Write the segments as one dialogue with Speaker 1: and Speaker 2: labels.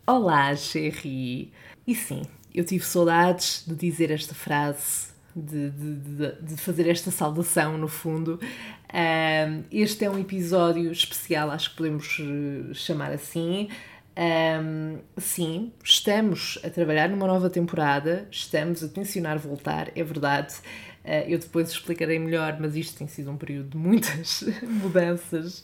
Speaker 1: Olá, Chéri! E sim, eu tive saudades de dizer esta frase, de fazer esta saudação, no fundo. Este é um episódio especial, acho que podemos chamar assim. Sim, estamos a trabalhar numa nova temporada, estamos a tencionar voltar, é verdade. Eu depois explicarei melhor, mas isto tem sido um período de muitas mudanças.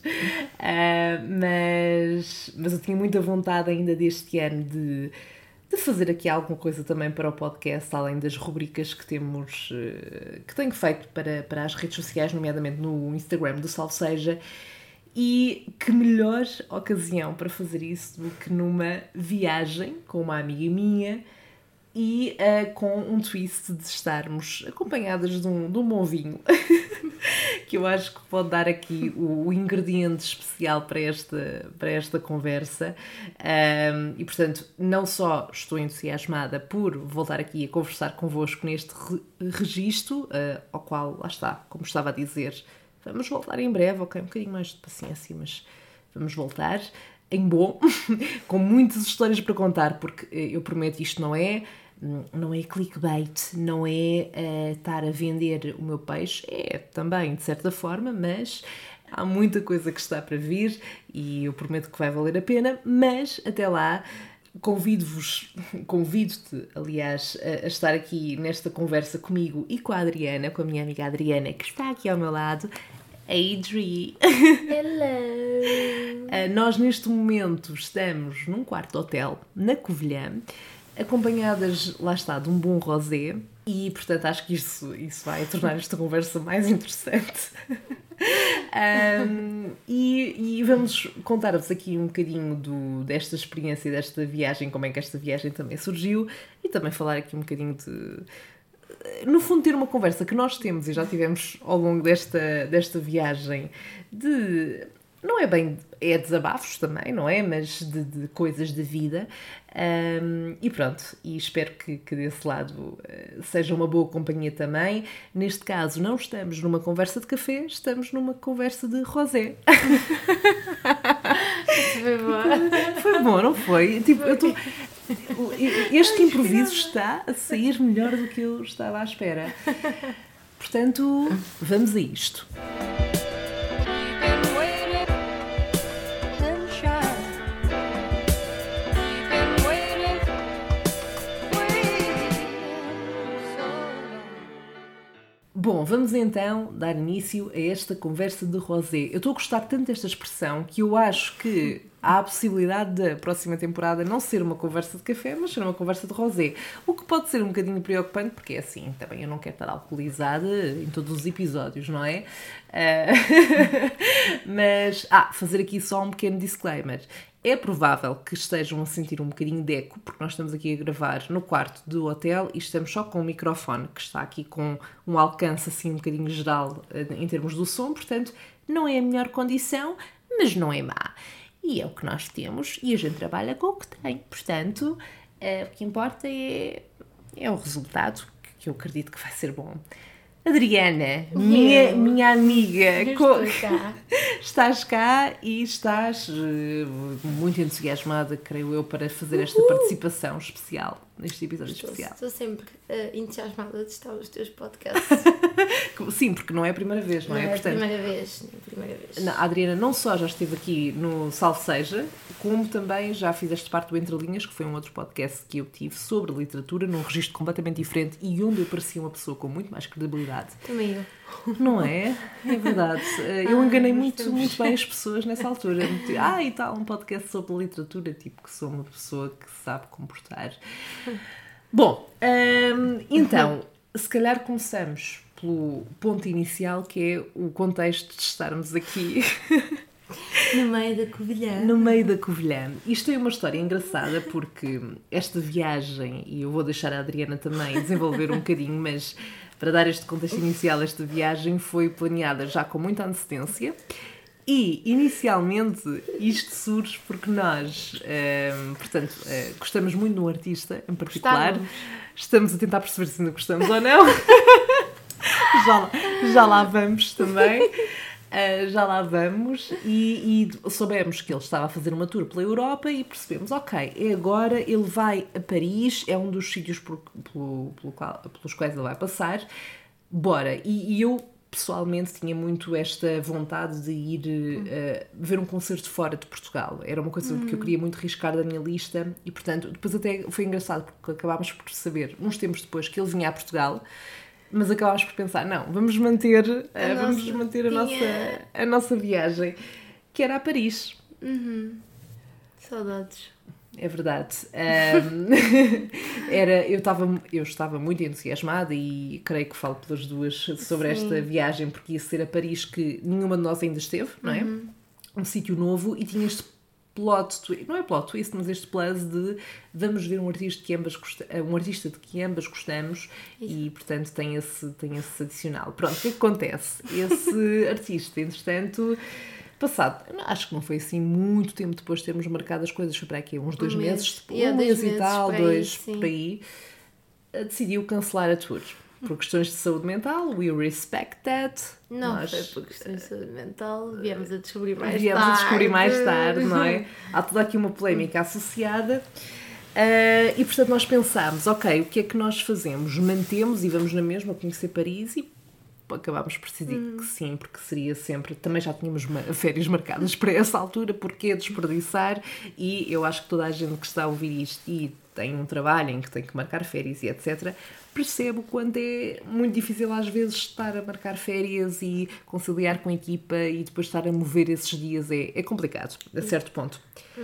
Speaker 1: Mas eu tinha muita vontade ainda deste ano de fazer aqui alguma coisa também para o podcast, além das rubricas que temos, que tenho feito para as redes sociais, nomeadamente no Instagram do Salve Seja. E que melhor ocasião para fazer isso do que numa viagem com uma amiga minha e com um twist de estarmos acompanhadas de um bom vinho, que eu acho que pode dar aqui o ingrediente especial para esta conversa. E, portanto, não só estou entusiasmada por voltar aqui a conversar convosco neste registro, ao qual, lá está, como estava a dizer, vamos voltar em breve, ok? Um bocadinho mais de paciência, mas vamos voltar em bom, com muitas histórias para contar, porque eu prometo, isto não é clickbait, não é estar a vender o meu peixe, é também, de certa forma, mas há muita coisa que está para vir e eu prometo que vai valer a pena, mas até lá convido-te, aliás, a estar aqui nesta conversa comigo e com a Adriana, com a minha amiga Adriana, que está aqui ao meu lado. Adri!
Speaker 2: Hello!
Speaker 1: Nós neste momento estamos num quarto de hotel na Covilhã, acompanhadas, lá está, de um bom rosé, e portanto acho que isso vai tornar esta conversa mais interessante. E vamos contar-vos aqui um bocadinho desta experiência, desta viagem, como é que esta viagem também surgiu, e também falar aqui um bocadinho no fundo, ter uma conversa que nós temos e já tivemos ao longo desta viagem não é bem, é desabafos também, não é? Mas de coisas da vida. E pronto, e espero que desse lado seja uma boa companhia também. Neste caso, não estamos numa conversa de café, estamos numa conversa de rosé.
Speaker 2: Foi bom.
Speaker 1: Foi bom, não foi? Tipo, este improviso está a sair melhor do que eu estava à espera. Portanto, vamos a isto. Bom, vamos então dar início a esta conversa de rosé. Eu estou a gostar tanto desta expressão que eu acho que há a possibilidade da próxima temporada não ser uma conversa de café, mas ser uma conversa de rosé. O que pode ser um bocadinho preocupante, porque é assim, também eu não quero estar alcoolizada em todos os episódios, não é? Mas, fazer aqui só um pequeno disclaimer. É provável que estejam a sentir um bocadinho de eco, porque nós estamos aqui a gravar no quarto do hotel e estamos só com o microfone, que está aqui com um alcance assim um bocadinho geral em termos do som, portanto, não é a melhor condição, mas não é má. E é o que nós temos e a gente trabalha com o que tem. Portanto, o que importa é o resultado, que eu acredito que vai ser bom. Adriana, minha amiga, estás cá e estás muito entusiasmada, creio eu, para fazer esta participação especial, neste episódio especial.
Speaker 2: Estou sempre entusiasmada de estar nos teus podcasts.
Speaker 1: Sim, porque não é a primeira vez, não é?
Speaker 2: Não é a
Speaker 1: Portanto,
Speaker 2: primeira vez.
Speaker 1: A Adriana não só já esteve aqui no Salve Seja, como também já fizeste parte do Entre Linhas, que foi um outro podcast que eu tive sobre literatura, num registro completamente diferente e onde eu parecia uma pessoa com muito mais credibilidade.
Speaker 2: Também eu.
Speaker 1: Não é? É verdade. Eu enganei muito bem as pessoas nessa altura. E tal, um podcast sobre literatura, tipo que sou uma pessoa que se sabe comportar. Bom, então, se calhar começamos pelo ponto inicial, que é o contexto de estarmos aqui
Speaker 2: no meio da Covilhã.
Speaker 1: No meio da Covilhã. Isto é uma história engraçada porque esta viagem, e eu vou deixar a Adriana também desenvolver um bocadinho, mas para dar este contexto inicial, esta viagem foi planeada já com muita antecedência e, inicialmente, isto surge porque nós, gostamos muito de um artista em particular. Estamos a tentar perceber se ainda gostamos ou não. Já lá vamos também. Já lá vamos e soubemos que ele estava a fazer uma tour pela Europa e percebemos, ok, é agora, ele vai a Paris, é um dos sítios pelos quais ele vai passar, bora. E eu, pessoalmente, tinha muito esta vontade de ir ver um concerto fora de Portugal. Era uma coisa que eu queria muito riscar da minha lista e, portanto, depois até foi engraçado porque acabámos por saber, uns tempos depois, que ele vinha a Portugal. Mas acabámos por pensar, não, vamos manter a nossa viagem, que era a Paris.
Speaker 2: Saudades.
Speaker 1: É verdade. Eu estava muito entusiasmada e creio que falo pelas duas sobre esta viagem, porque ia ser a Paris que nenhuma de nós ainda esteve, não é? Um sítio novo e tinha este plot twist, não é plot twist, mas este plus de vamos ver um artista de que ambas gostamos. Isso. E portanto tem esse adicional. Pronto, o que é que acontece? Esse artista, entretanto, passado, acho que não foi assim muito tempo depois de termos marcado as coisas, foi para aqui uns 2 meses, um mês e tal, dois, por aí, decidiu cancelar a tour. Por questões de saúde mental, we respect that.
Speaker 2: Não foi por questões de saúde mental, viemos a descobrir mais
Speaker 1: tarde, não é? Há toda aqui uma polémica associada. E portanto nós pensámos, ok, o que é que nós fazemos? Mantemos e vamos na mesma conhecer Paris e acabámos por decidir que sim, porque seria sempre... Também já tínhamos férias marcadas para essa altura, porque desperdiçar? E eu acho que toda a gente que está a ouvir isto e tem um trabalho em que tem que marcar férias e etc., percebo quando é muito difícil às vezes estar a marcar férias e conciliar com a equipa e depois estar a mover esses dias é complicado, a certo ponto.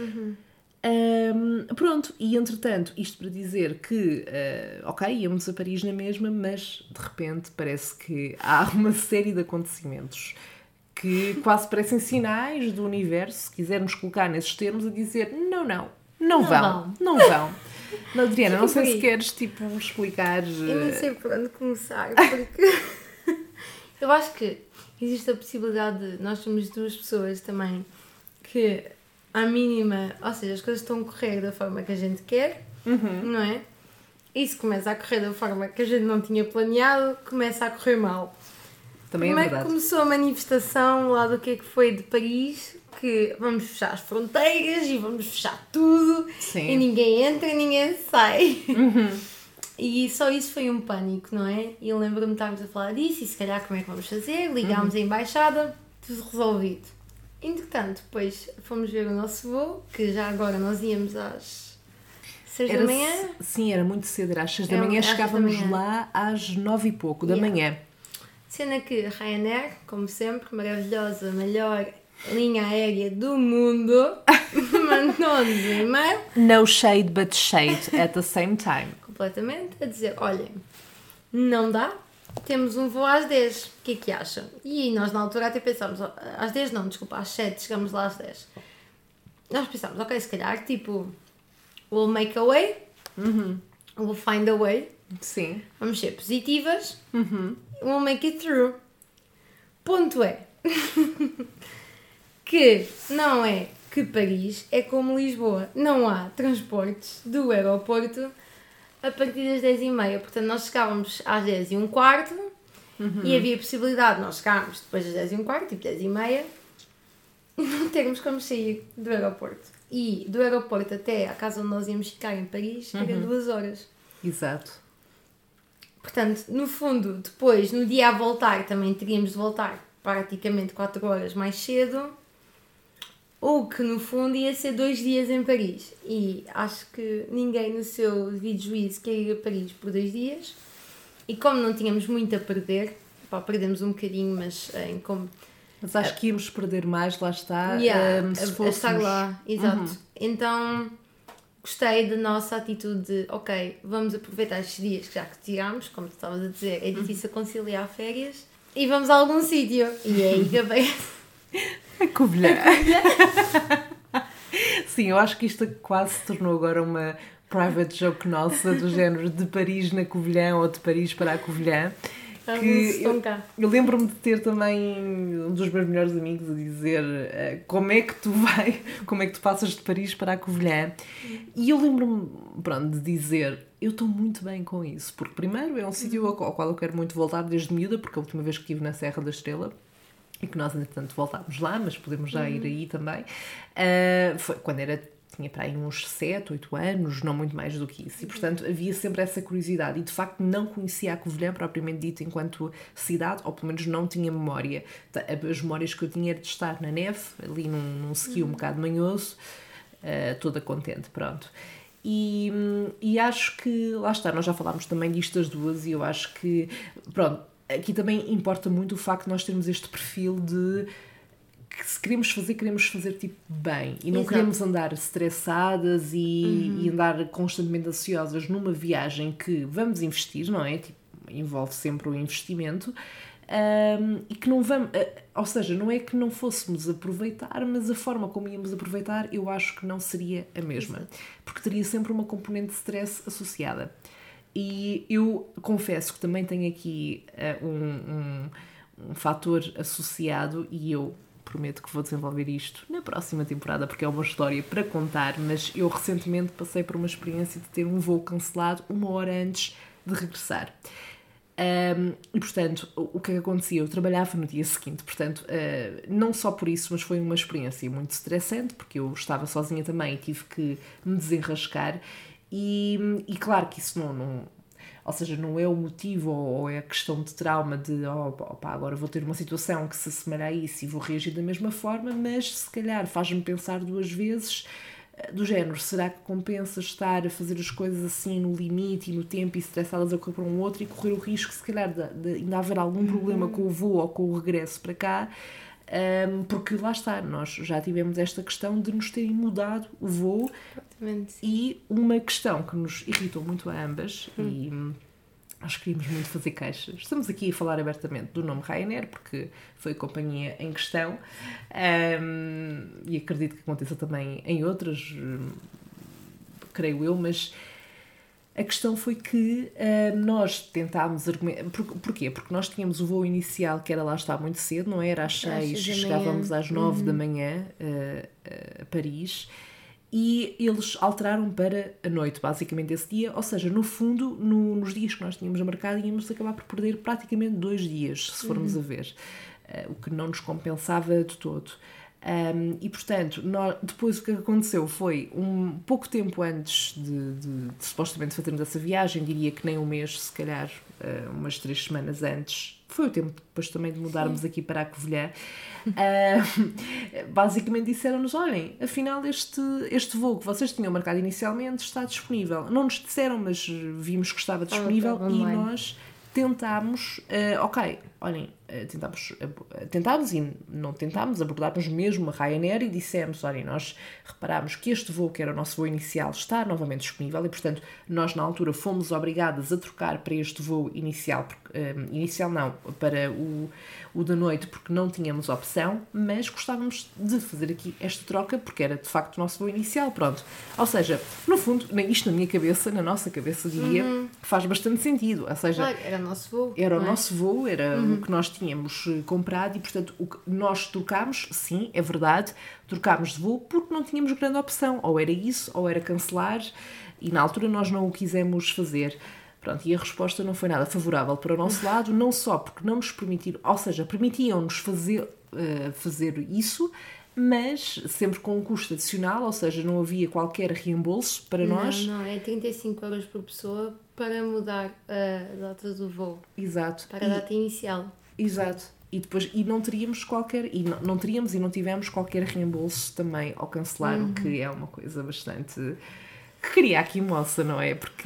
Speaker 1: Pronto, e entretanto, isto para dizer que, ok, íamos a Paris na mesma, mas de repente parece que há uma série de acontecimentos que quase parecem sinais do universo, se quisermos colocar nesses termos, a dizer não vão. Não, Adriana, não sei se queres explicar.
Speaker 2: Eu não sei por onde começar, porque eu acho que existe a possibilidade de nós somos duas pessoas também que à mínima, ou seja, as coisas estão a correr da forma que a gente quer, não é? E se começa a correr da forma que a gente não tinha planeado, começa a correr mal.
Speaker 1: Também é verdade.
Speaker 2: Como é que começou a manifestação lá do que foi de Paris? Que vamos fechar as fronteiras e vamos fechar tudo.
Speaker 1: Sim.
Speaker 2: E ninguém entra e ninguém sai. E só isso foi um pânico, não é? E eu lembro-me de estarmos a falar disso e se calhar como é que vamos fazer, ligámos a embaixada, tudo resolvido. Entretanto, depois fomos ver o nosso voo, que já agora nós íamos às 6 da manhã.
Speaker 1: Sim, era muito cedo, era às 6 da manhã, chegávamos lá às 9 e pouco da manhã.
Speaker 2: Cena que a Ryanair, como sempre, maravilhosa, melhor linha aérea do mundo, mandou-nos um e-mail.
Speaker 1: No shade but shade at the same time.
Speaker 2: Completamente, a dizer, olhem, não dá, temos um voo às 10, o que é que acham? E nós na altura até pensámos, às 10 não, desculpa, às 7, chegamos lá às 10. Nós pensámos, ok, se calhar, we'll make a way, we'll find a way.
Speaker 1: Sim.
Speaker 2: Vamos ser positivas, we'll make it through. Ponto é... que não é que Paris é como Lisboa. Não há transportes do aeroporto a partir das 10h30. Portanto, nós chegávamos às 10h15 e havia possibilidade de nós chegarmos depois das 10h15, tipo 10h30, e não termos como sair do aeroporto. E do aeroporto até à casa onde nós íamos ficar em Paris era 2 horas.
Speaker 1: Exato.
Speaker 2: Portanto, no fundo, depois, no dia a voltar, também teríamos de voltar praticamente 4 horas mais cedo. Ou que no fundo ia ser 2 dias em Paris. E acho que ninguém no seu devido juízo quer ir a Paris por 2 dias. E como não tínhamos muito a perder, perdemos um bocadinho, mas
Speaker 1: Mas acho que íamos perder mais, lá está, se fôssemos...
Speaker 2: a estar lá, exato. Então gostei da nossa atitude de, ok, vamos aproveitar estes dias que já que tirámos, como tu estavas a dizer, é difícil conciliar férias, e vamos a algum sítio. E é aí que aparece...
Speaker 1: A Covilhã. Sim, eu acho que isto quase se tornou agora uma private joke nossa, do género de Paris na Covilhã ou de Paris para a Covilhã. Que eu lembro-me de ter também um dos meus melhores amigos a dizer como é que tu passas de Paris para a Covilhã. E eu lembro-me, de dizer, eu estou muito bem com isso, porque primeiro é um sítio ao qual eu quero muito voltar desde miúda, porque a última vez que estive na Serra da Estrela e que nós, entretanto, voltámos lá, mas podemos já ir aí também, foi quando tinha para aí uns 7, 8 anos, não muito mais do que isso. E, portanto, havia sempre essa curiosidade. E, de facto, não conhecia a Covilhã, propriamente dito, enquanto cidade, ou pelo menos não tinha memória. As memórias que eu tinha era de estar na neve, ali num ski um bocado manhoso, toda contente, pronto. E acho que, lá está, nós já falámos também disto as duas, e eu acho que, pronto, aqui também importa muito o facto de nós termos este perfil de que se queremos fazer tipo bem, e não queremos andar estressadas e andar constantemente ansiosas numa viagem que vamos investir, não é? Tipo, envolve sempre o investimento, e que não vamos, ou seja, não é que não fôssemos aproveitar, mas a forma como íamos aproveitar eu acho que não seria a mesma, porque teria sempre uma componente de stress associada. E eu confesso que também tenho aqui um fator associado, e eu prometo que vou desenvolver isto na próxima temporada, porque é uma história para contar, mas eu recentemente passei por uma experiência de ter um voo cancelado 1 hora antes de regressar. E, portanto, o que acontecia? Eu trabalhava no dia seguinte, portanto, não só por isso, mas foi uma experiência muito estressante, porque eu estava sozinha também e tive que me desenrascar, e claro que isso ou seja, não é o motivo ou é a questão de trauma de agora vou ter uma situação que se assemelha a isso e vou reagir da mesma forma, mas se calhar faz-me pensar 2 vezes, do género, será que compensa estar a fazer as coisas assim no limite e no tempo e estressadas a correr para um outro e correr o risco se calhar de ainda haver algum problema com o voo ou com o regresso para cá, porque lá está, nós já tivemos esta questão de nos terem mudado o voo. E uma questão que nos irritou muito a ambas, e nós queríamos muito fazer queixas. Estamos aqui a falar abertamente do nome Ryanair, porque foi a companhia em questão, e acredito que aconteça também em outras, creio eu, mas a questão foi que nós tentámos argumentar. Porquê? Porque nós tínhamos o voo inicial, que era lá estar muito cedo, não era? Às 6, chegávamos às 9 da manhã a Paris. E eles alteraram para a noite, basicamente, esse dia. Ou seja, no fundo, nos dias que nós tínhamos marcado, íamos acabar por perder praticamente 2 dias, se formos a ver. O que não nos compensava de todo. E, portanto, depois o que aconteceu foi, pouco tempo antes de supostamente fazermos essa viagem, diria que nem um mês, se calhar umas 3 semanas antes, foi o tempo depois também de mudarmos aqui para a Covilhã, basicamente disseram-nos, olhem, afinal este voo que vocês tinham marcado inicialmente está disponível. Não nos disseram, mas vimos que estava disponível, e nós tentámos, tentámos e não tentámos, abordámos mesmo a Ryanair e dissemos, olhem, nós reparámos que este voo, que era o nosso voo inicial, está novamente disponível, e portanto nós na altura fomos obrigadas a trocar para este voo inicial, para o da noite, porque não tínhamos opção, mas gostávamos de fazer aqui esta troca porque era de facto o nosso voo inicial, pronto. Ou seja, no fundo, isto na minha cabeça, na nossa cabeça, diria, faz bastante sentido. Ou seja,
Speaker 2: claro, era o nosso voo.
Speaker 1: Era o nosso voo, era o que nós tínhamos comprado, e portanto o que nós trocámos, sim, é verdade, trocámos de voo porque não tínhamos grande opção. Ou era isso, ou era cancelar, e na altura nós não o quisemos fazer. Pronto, e a resposta não foi nada favorável para o nosso lado, não só porque não nos permitiram, ou seja, permitiam-nos fazer isso, mas sempre com um custo adicional, ou seja, não havia qualquer reembolso para nós.
Speaker 2: Não, é 35 euros por pessoa para mudar a data do voo.
Speaker 1: Exato.
Speaker 2: Para a data inicial.
Speaker 1: Exato. E não teríamos não teríamos e não tivemos qualquer reembolso também ao cancelar, o que é uma coisa bastante... que cria aqui moça, não é? Porque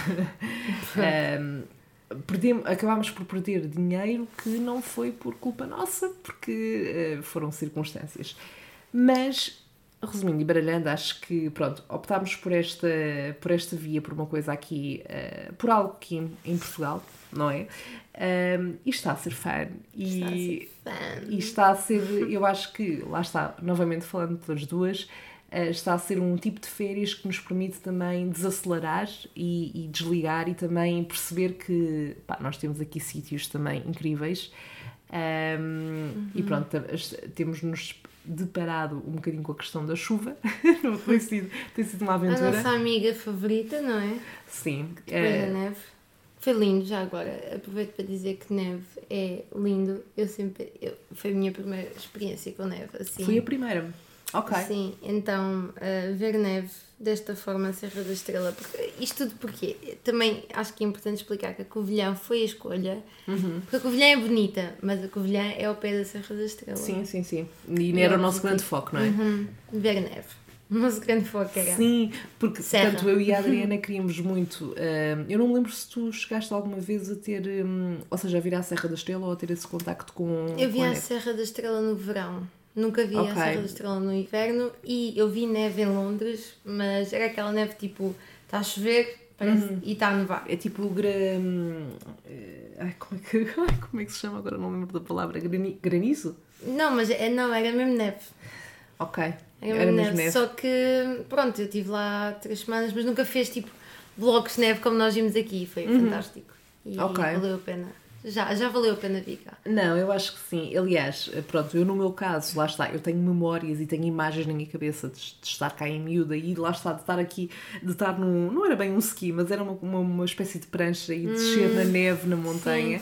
Speaker 1: acabámos por perder dinheiro que não foi por culpa nossa, porque foram circunstâncias. Mas, resumindo e baralhando, acho que, pronto, optámos por esta via, por uma coisa aqui, por algo aqui em Portugal, não é? E está a ser fun. E está a ser, eu acho que, lá está, novamente falando das duas, está a ser um tipo de férias que nos permite também desacelerar e desligar, e também perceber que nós temos aqui sítios também incríveis, e pronto, temos-nos deparado um bocadinho com a questão da chuva. Não, tem sido uma aventura.
Speaker 2: A nossa amiga favorita, não é?
Speaker 1: Sim.
Speaker 2: Depois da neve. Foi lindo, já agora. Aproveito para dizer que neve é lindo. Foi a minha primeira experiência com neve, assim.
Speaker 1: Foi a primeira. Ok.
Speaker 2: Sim, então ver neve desta forma, Serra da Estrela, porque isto tudo porque também acho que é importante explicar que a Covilhã foi a escolha, porque a Covilhã é bonita, mas a Covilhã é ao pé da Serra da Estrela.
Speaker 1: Sim. E era o nosso grande foco, não é?
Speaker 2: Ver neve. O nosso grande foco era.
Speaker 1: Sim, porque
Speaker 2: Serra.
Speaker 1: tanto eu e a Adriana queríamos muito. Eu não me lembro se tu chegaste alguma vez a ter, ou seja, a vir à Serra da Estrela ou a ter esse contacto com.
Speaker 2: Eu vi
Speaker 1: com a
Speaker 2: a
Speaker 1: neve.
Speaker 2: Serra da Estrela no verão. Nunca vi
Speaker 1: Ok.
Speaker 2: a Serra da Estrela no inverno e eu vi neve em Londres, mas era aquela neve tipo, está a chover e está a nevar.
Speaker 1: É tipo como é que se chama agora? Não lembro da palavra. Granizo?
Speaker 2: Não, mas não, era mesmo neve.
Speaker 1: Ok.
Speaker 2: Era mesmo neve. Só que, pronto, eu estive lá 3 semanas, mas nunca fez tipo blocos de neve como nós vimos aqui. Foi fantástico. E valeu a pena. Já valeu a pena vir cá. Não,
Speaker 1: eu acho que sim. Aliás, pronto, eu no meu caso, lá está, eu tenho memórias e tenho imagens na minha cabeça de estar cá em miúda e lá está, de estar aqui, de estar num... Não era bem um ski, mas era uma espécie de prancha e descer na neve, na montanha.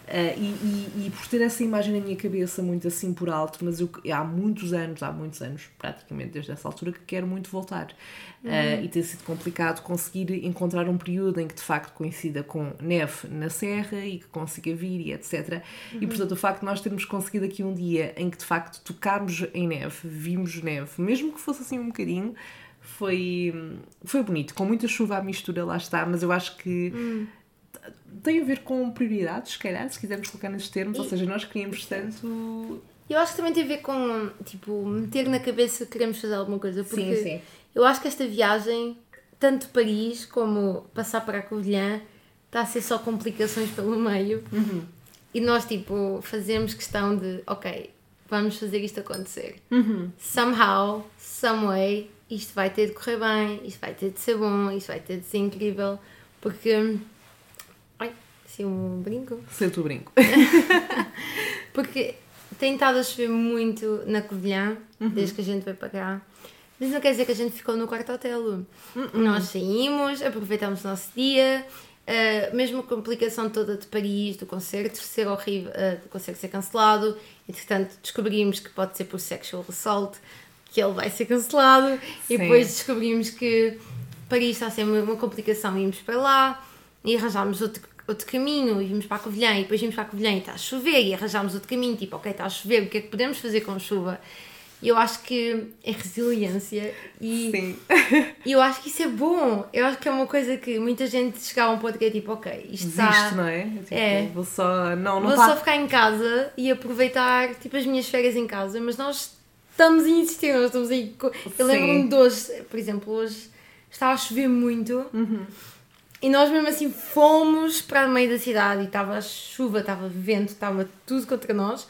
Speaker 1: E por ter essa imagem na minha cabeça muito assim por alto, mas eu há muitos anos, praticamente desde essa altura, que quero muito voltar. E tem sido complicado conseguir encontrar um período em que de facto coincida com neve na serra e que consiga vir e etc. E portanto o facto de nós termos conseguido aqui um dia em que de facto tocámos em neve, vimos neve, mesmo que fosse assim um bocadinho, foi bonito, com muita chuva à mistura, lá está, mas eu acho que tem a ver com prioridades, se calhar, se quisermos colocar nesses termos, ou seja, nós queríamos tanto...
Speaker 2: Eu acho que também tem a ver com, tipo, meter na cabeça que queremos fazer alguma coisa, porque
Speaker 1: sim.
Speaker 2: Eu acho que esta viagem, tanto Paris como passar para a Covilhã, está a ser só complicações pelo meio, e nós, tipo, fazemos questão de, ok, vamos fazer isto acontecer. Somehow, some way, isto vai ter de correr bem, isto vai ter de ser bom, isto vai ter de ser incrível, porque... Assim um brinco.
Speaker 1: Sei tu brinco.
Speaker 2: Porque tem estado a chover muito na Covilhã, desde que a gente veio para cá. Mas não quer dizer que a gente ficou no quarto hotel. Nós saímos, aproveitámos o nosso dia, mesmo com a complicação toda de Paris, do concerto ser horrível, do concerto ser cancelado. Entretanto, descobrimos que pode ser por sexual assault, que ele vai ser cancelado. Sim. E depois descobrimos que Paris está a ser uma complicação e íamos para lá e arranjámos outro caminho e vimos para a Covilhã e depois vimos para a Covilhã e está a chover e arranjámos outro caminho, tipo, ok, está a chover, o que é que podemos fazer com chuva? E eu acho que é resiliência e
Speaker 1: Sim.
Speaker 2: eu acho que isso é bom. Eu acho que é uma coisa que muita gente chega a um ponto que é tipo, ok, isto está...
Speaker 1: não é? Tipo, vou só...
Speaker 2: Vou só ficar em casa e aproveitar, tipo, as minhas férias em casa, mas nós estamos a insistir, nós estamos aí... Eu lembro-me de hoje, por exemplo, hoje estava a chover muito... E nós mesmo assim fomos para o meio da cidade e estava chuva, estava vento, estava tudo contra nós.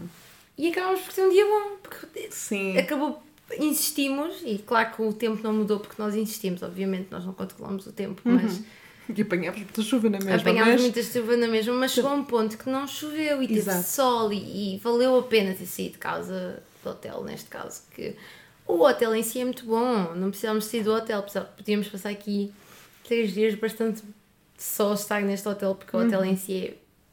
Speaker 2: E acabámos por ter um dia bom, porque acabou, insistimos, e claro que o tempo não mudou porque nós insistimos, obviamente nós não controlamos o tempo, mas...
Speaker 1: E apanhámos muita chuva na mesma.
Speaker 2: Apanhámos muita chuva na mesma, mas chegou a um ponto que não choveu e teve sol e valeu a pena ter saído de casa, do hotel neste caso, que o hotel em si é muito bom, não precisávamos sair do hotel, podíamos passar aqui 3 dias bastante só estar neste hotel, porque o hotel em si é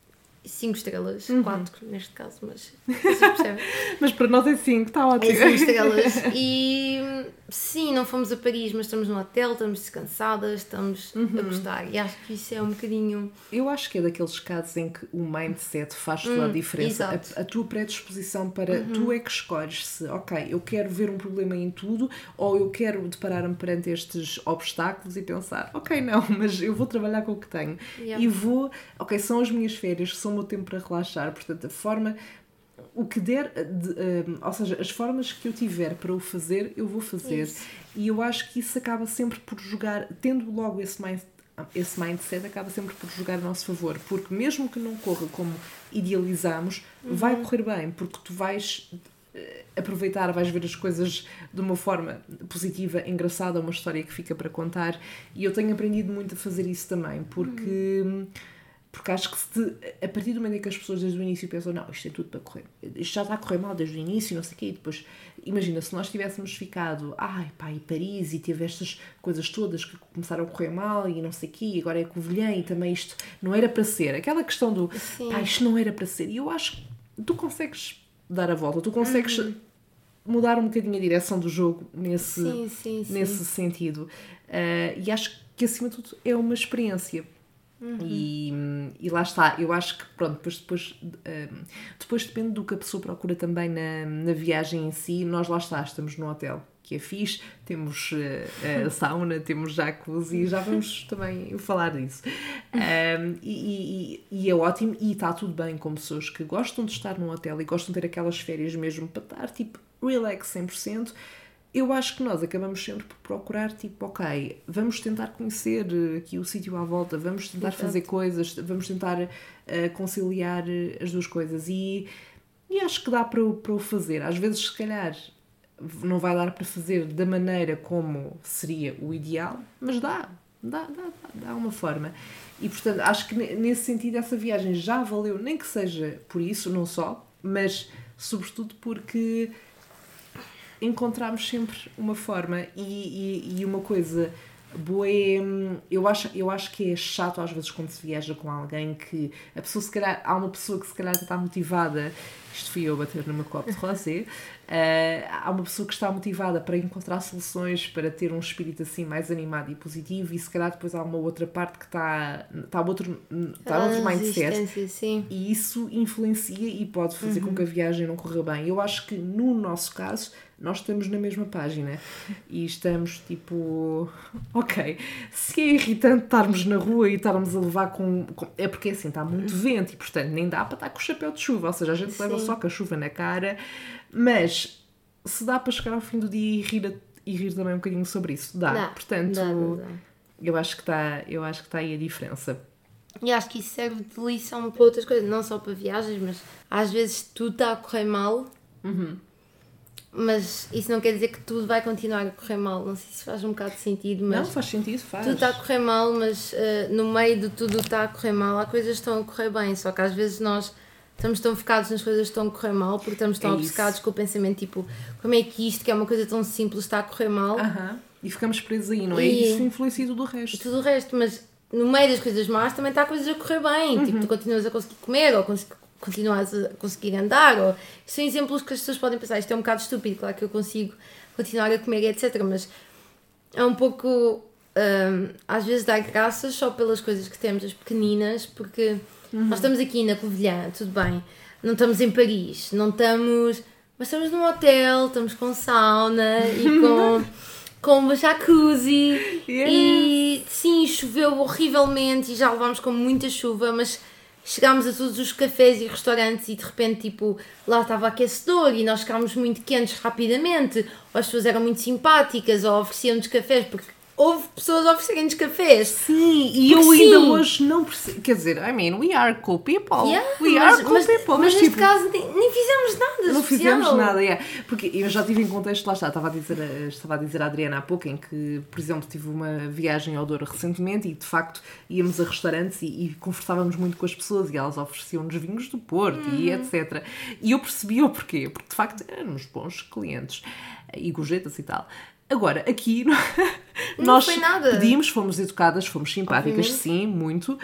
Speaker 2: 5 estrelas, 4 neste caso, mas vocês percebem?
Speaker 1: Mas para nós é 5, está ótimo.
Speaker 2: É 5 estrelas. E sim, não fomos a Paris, mas estamos no hotel, estamos descansadas, estamos a gostar. E acho que isso é um bocadinho...
Speaker 1: Eu acho que é daqueles casos em que o mindset faz toda a diferença. A tua predisposição para... Tu é que escolhes se, ok, eu quero ver um problema em tudo, ou eu quero deparar-me perante estes obstáculos e pensar, ok, não, mas eu vou trabalhar com o que tenho. E vou... Ok, são as minhas férias, são o meu tempo para relaxar. Portanto, a forma... O que der, ou seja, as formas que eu tiver para o fazer, eu vou fazer. Isso. E eu acho que isso acaba sempre por jogar, tendo logo esse mindset, acaba sempre por jogar a nosso favor. Porque mesmo que não corra como idealizamos, vai correr bem, porque tu vais aproveitar, vais ver as coisas de uma forma positiva, engraçada, uma história que fica para contar. E eu tenho aprendido muito a fazer isso também, porque... Porque acho que a partir do momento em que as pessoas desde o início pensam, não, isto é tudo para correr, isto já está a correr mal desde o início, não sei o quê, e depois, imagina, se nós tivéssemos ficado, e Paris, e teve estas coisas todas que começaram a correr mal, e não sei o quê, e agora é Covilhã, e também isto não era para ser. Aquela questão do, isto não era para ser. E eu acho que tu consegues dar a volta, tu consegues mudar um bocadinho a direção do jogo nesse sentido. E acho que, acima de tudo, é uma experiência. E lá está, eu acho que pronto, depois depende do que a pessoa procura também na viagem em si. Nós lá estamos no hotel, que é fixe, temos sauna, temos jacuzzi, já vamos também falar disso. E é ótimo, e está tudo bem com pessoas que gostam de estar num hotel e gostam de ter aquelas férias mesmo para estar tipo relax 100%. Eu acho que nós acabamos sempre por procurar, tipo, ok, vamos tentar conhecer aqui o sítio à volta, vamos tentar fazer coisas, vamos tentar conciliar as duas coisas. E acho que dá para o fazer. Às vezes, se calhar, não vai dar para fazer da maneira como seria o ideal, mas dá uma forma. E, portanto, acho que nesse sentido essa viagem já valeu, nem que seja por isso, não só, mas sobretudo porque encontramos sempre uma forma. E uma coisa boa é, eu acho que é chato às vezes quando se viaja com alguém que a pessoa, se calhar, há uma pessoa que se calhar está motivada, isto fui eu a bater no meu copo de rosé, há uma pessoa que está motivada para encontrar soluções, para ter um espírito assim mais animado e positivo, e se calhar depois há uma outra parte que está outro mindset,
Speaker 2: sim.
Speaker 1: E isso influencia e pode fazer com que a viagem não corra bem. Eu acho que no nosso caso nós estamos na mesma página e estamos tipo, ok, se é irritante estarmos na rua e estarmos a levar é porque assim está muito vento e portanto nem dá para estar com o chapéu de chuva, ou seja, a gente leva só com a chuva na cara, mas se dá para chegar ao fim do dia e rir também um bocadinho sobre isso, dá. Portanto, dá. Eu acho que está aí a diferença.
Speaker 2: E acho que isso serve de lição para outras coisas, não só para viagens, mas às vezes tudo está a correr mal, mas isso não quer dizer que tudo vai continuar a correr mal. Não sei se faz um bocado de sentido, mas...
Speaker 1: Não, faz sentido, faz.
Speaker 2: Tudo está a correr mal, mas no meio de tudo está a correr mal, há coisas que estão a correr bem, só que às vezes nós estamos tão focados nas coisas que estão a correr mal, porque estamos tão obcecados com o pensamento, tipo, como é que isto, que é uma coisa tão simples, está a correr mal?
Speaker 1: E ficamos presos aí, não é? E isso influencia tudo o resto.
Speaker 2: Tudo o resto, mas no meio das coisas más também está coisas a correr bem, tipo, tu continuas a conseguir comer, ou continuas a conseguir andar, ou... São exemplos que as pessoas podem pensar, isto é um bocado estúpido, claro que eu consigo continuar a comer, etc, mas é um pouco, às vezes, dar graças só pelas coisas que temos, as pequeninas, porque nós estamos aqui na Covilhã, tudo bem, não estamos em Paris, mas estamos num hotel, estamos com sauna e com uma jacuzzi, e sim, choveu horrivelmente e já levámos com muita chuva, mas chegámos a todos os cafés e restaurantes e de repente, tipo, lá estava aquecedor e nós ficámos muito quentes rapidamente, ou as pessoas eram muito simpáticas, ou ofereciam-nos cafés, porque houve pessoas a oferecerem-nos cafés.
Speaker 1: Sim, e eu ainda hoje não percebo. Quer dizer, we are cool people. We are cool people.
Speaker 2: Mas neste caso nem fizemos nada.
Speaker 1: Não fizemos nada, porque eu já tive em contexto, lá está, estava a dizer à Adriana há pouco, em que, por exemplo, tive uma viagem ao Douro recentemente e de facto íamos a restaurantes e conversávamos muito com as pessoas e elas ofereciam-nos vinhos do Porto e etc. E eu percebi o porquê, porque de facto éramos bons clientes e gorjetas e tal. Agora, aqui nós pedimos, fomos educadas, fomos simpáticas, sim, muito,